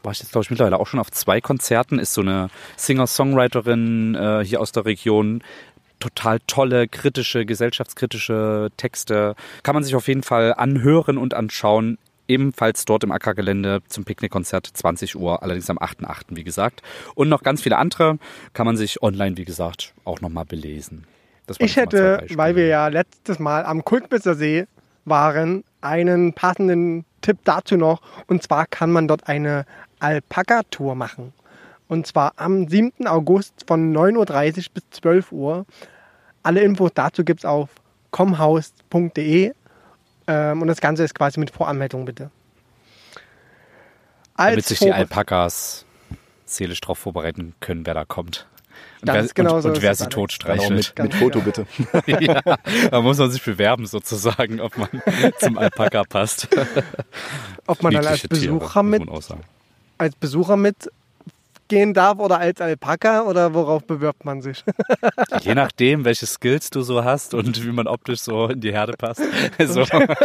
war ich jetzt, glaube ich, mittlerweile auch schon auf zwei Konzerten. Ist so eine Singer-Songwriterin äh, hier aus der Region. Total tolle, kritische, gesellschaftskritische Texte. Kann man sich auf jeden Fall anhören und anschauen. Ebenfalls dort im Ackergelände zum Picknickkonzert zwanzig Uhr, allerdings am achten achten wie gesagt. Und noch ganz viele andere kann man sich online, wie gesagt, auch nochmal belesen. Das waren Ich hätte, weil wir ja letztes Mal am Kultbisser See waren, einen passenden Tipp dazu noch. Und zwar kann man dort eine Alpaka-Tour machen. Und zwar am siebten August von neun Uhr dreißig bis zwölf Uhr. Alle Infos dazu gibt es auf comhaus punkt de. Ähm, und das Ganze ist quasi mit Voranmeldung, bitte. Als Damit sich die Alpakas seelisch darauf vorbereiten können, wer da kommt. Und Ganz wer, genau und, so und ist wer es, sie Alex. tot Genau, streichelt. mit, mit Foto bitte. Ja, da muss man sich bewerben sozusagen, ob man zum Alpaka passt. Ob man dann als Niedliche Tiere, Besucher, muss mit, man auch sagen. als Besucher mitgehen darf oder als Alpaka oder worauf bewirbt man sich? Je nachdem, welche Skills du so hast und wie man optisch so in die Herde passt. So.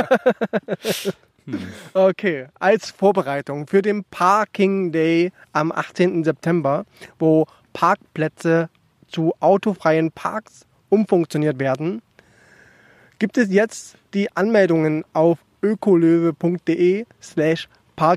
Okay, als Vorbereitung für den Parking Day am achtzehnten September, wo Parkplätze zu autofreien Parks umfunktioniert werden, gibt es jetzt die Anmeldungen auf ökolöwe.de slash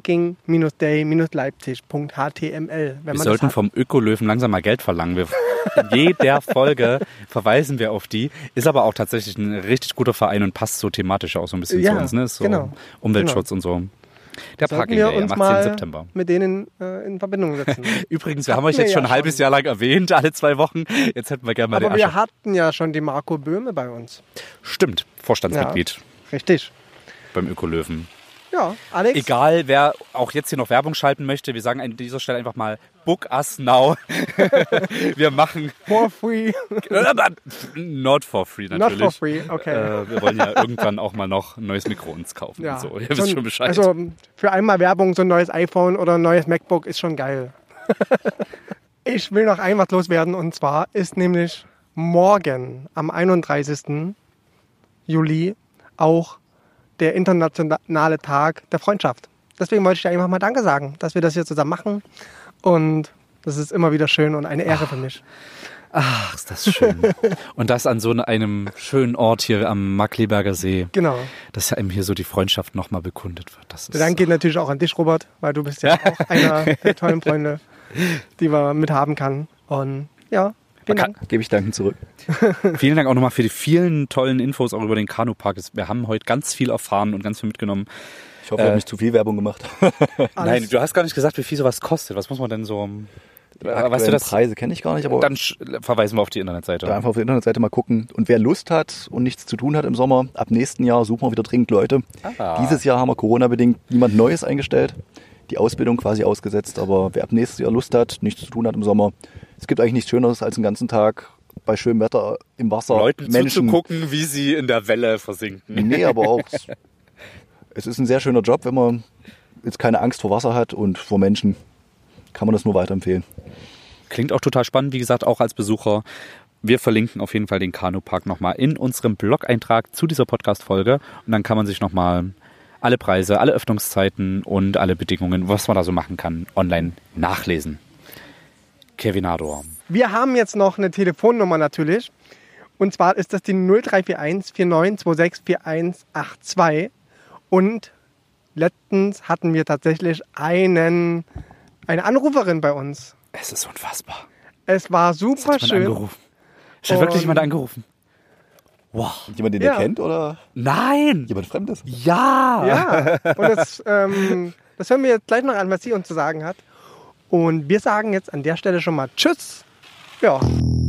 parking-day-leipzig.html. Wenn Wir man sollten das hat. vom Ökolöwen langsam mal Geld verlangen. Wir, in jeder Folge verweisen wir auf die. Ist aber auch tatsächlich ein richtig guter Verein und passt so thematisch auch so ein bisschen Ja, zu uns. Ne? Ist so genau. Umweltschutz und so. Der Sollten Parking wir Day am uns achtzehnten mal September. mit denen äh, in Verbindung setzen. Übrigens, wir haben Hatten euch jetzt wir schon ja ein halbes schon. Jahr lang erwähnt, alle zwei Wochen. Jetzt hätten wir gerne mal Aber den wir Asche. hatten ja schon die Marco Böhme bei uns. Stimmt, Vorstandsmitglied Richtig. beim Ökolöwen. Ja, Alex. Egal, wer auch jetzt hier noch Werbung schalten möchte, wir sagen an dieser Stelle einfach mal Book us now. Wir machen For free. not for free Not natürlich. for free, okay. Äh, wir wollen ja irgendwann auch mal noch ein neues Mikro uns kaufen. Ja. Und so. Ihr So wisst ein- schon Bescheid. Also für einmal Werbung, so ein neues iPhone oder ein neues MacBook ist schon geil. Ich will noch ein was loswerden und zwar ist nämlich morgen am einunddreißigsten Juli auch der internationale Tag der Freundschaft. Deswegen wollte ich dir einfach mal Danke sagen, dass wir das hier zusammen machen und das ist immer wieder schön und eine Ehre für mich. Ach, ist das schön. Und das an so einem schönen Ort hier am Markkleeberger See. Genau. Dass ja eben hier so die Freundschaft nochmal bekundet wird. Das ist Der Dank geht natürlich auch an dich, Robert, weil du bist ja auch einer der tollen Freunde, die man mithaben kann. Und ja, vielen Man kann- Dank. Gebe ich Danken zurück. Vielen Dank auch nochmal für die vielen tollen Infos auch über den Kanupark. Wir haben heute ganz viel erfahren und ganz viel mitgenommen. Ich hoffe, ich Äh, habe nicht zu viel Werbung gemacht. Nein, du hast gar nicht gesagt, wie viel sowas kostet. Was muss man denn so... Die Weißt du aktuellen das? Preise kenne ich gar nicht, aber Dann sch- verweisen wir auf die Internetseite. da einfach auf der Internetseite mal gucken. Und wer Lust hat und nichts zu tun hat im Sommer, ab nächsten Jahr suchen wir wieder dringend Leute. Ah. Dieses Jahr haben wir Corona-bedingt niemand Neues eingestellt, die Ausbildung quasi ausgesetzt. Aber wer ab nächstes Jahr Lust hat, nichts zu tun hat im Sommer, es gibt eigentlich nichts Schöneres als einen ganzen Tag bei schönem Wetter im Wasser Leuten Menschen. zuzugucken, wie sie in der Welle versinken. Nee, aber auch, es ist ein sehr schöner Job, wenn man jetzt keine Angst vor Wasser hat und vor Menschen, kann man das nur weiterempfehlen. Klingt auch total spannend, wie gesagt, auch als Besucher. Wir verlinken auf jeden Fall den Kanupark nochmal in unserem Blog-Eintrag zu dieser Podcast-Folge. Und dann kann man sich nochmal alle Preise, alle Öffnungszeiten und alle Bedingungen, was man da so machen kann, online nachlesen. Kevin Ador. Wir haben jetzt noch eine Telefonnummer natürlich. Und zwar ist das die null drei vier eins vier neun zwei sechs vier eins acht zwei. Und letztens hatten wir tatsächlich einen, eine Anruferin bei uns. Es ist unfassbar. Es war super Es hat jemand schön. angerufen. Es hat wirklich Und- jemand angerufen. Wow. Jemand, den Ja. ihr kennt oder Nein! jemand Fremdes? Ja! Ja, und das, ähm, das hören wir jetzt gleich noch an, was sie uns zu sagen hat. Und wir sagen jetzt an der Stelle schon mal Tschüss. Ja.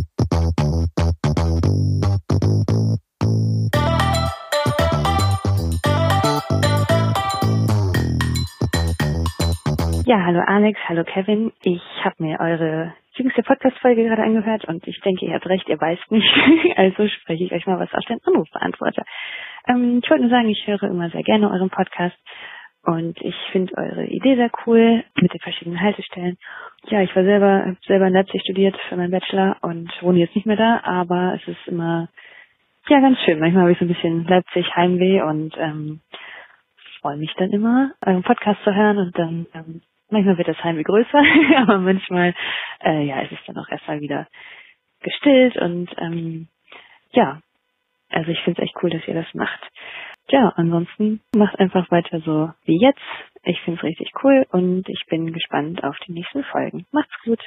Ja, hallo Alex, hallo Kevin. Ich habe mir eure jüngste Podcast-Folge gerade angehört und ich denke, ihr habt recht, ihr weißt nicht. Also spreche ich euch mal was aus dem Anrufbeantworter. Ähm, ich wollte nur sagen, ich höre immer sehr gerne euren Podcast und ich finde eure Idee sehr cool mit den verschiedenen Haltestellen. Ja, ich war selber, hab selber in Leipzig studiert für meinen Bachelor und wohne jetzt nicht mehr da, aber es ist immer, ja, ganz schön. Manchmal habe ich so ein bisschen Leipzig-Heimweh und ähm, freue mich dann immer, euren Podcast zu hören und dann ähm, Manchmal wird das Heimweh größer, aber manchmal äh, ja, ist es dann auch erstmal wieder gestillt und ähm, ja, also ich finde es echt cool, dass ihr das macht. Ja, ansonsten macht einfach weiter so wie jetzt. Ich finde es richtig cool und ich bin gespannt auf die nächsten Folgen. Macht's gut.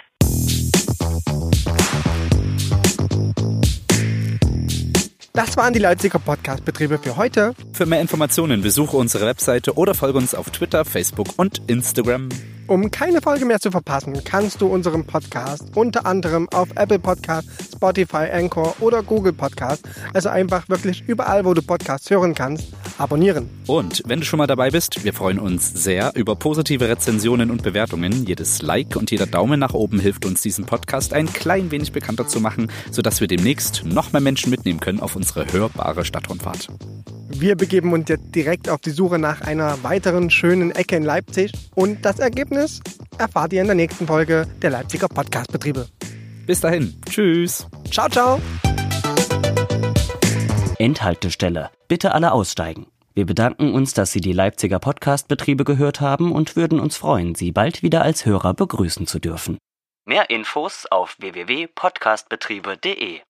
Das waren die Leipziger Podcast-Betriebe für heute. Für mehr Informationen besuche unsere Webseite oder folge uns auf Twitter, Facebook und Instagram. Um keine Folge mehr zu verpassen, kannst du unseren Podcast unter anderem auf Apple Podcast, Spotify, Anchor oder Google Podcast, also einfach wirklich überall, wo du Podcasts hören kannst, abonnieren. Und wenn du schon mal dabei bist, wir freuen uns sehr über positive Rezensionen und Bewertungen. Jedes Like und jeder Daumen nach oben hilft uns, diesen Podcast ein klein wenig bekannter zu machen, sodass wir demnächst noch mehr Menschen mitnehmen können auf unsere hörbare Stadtrundfahrt. Wir begeben uns jetzt direkt auf die Suche nach einer weiteren schönen Ecke in Leipzig und das Ergebnis erfahrt ihr in der nächsten Folge der Leipziger Podcast-Betriebe. Bis dahin, tschüss. Ciao, ciao. Endhaltestelle. Bitte alle aussteigen. Wir bedanken uns, dass Sie die Leipziger Podcast-Betriebe gehört haben und würden uns freuen, Sie bald wieder als Hörer begrüßen zu dürfen. Mehr Infos auf w w w punkt podcastbetriebe punkt de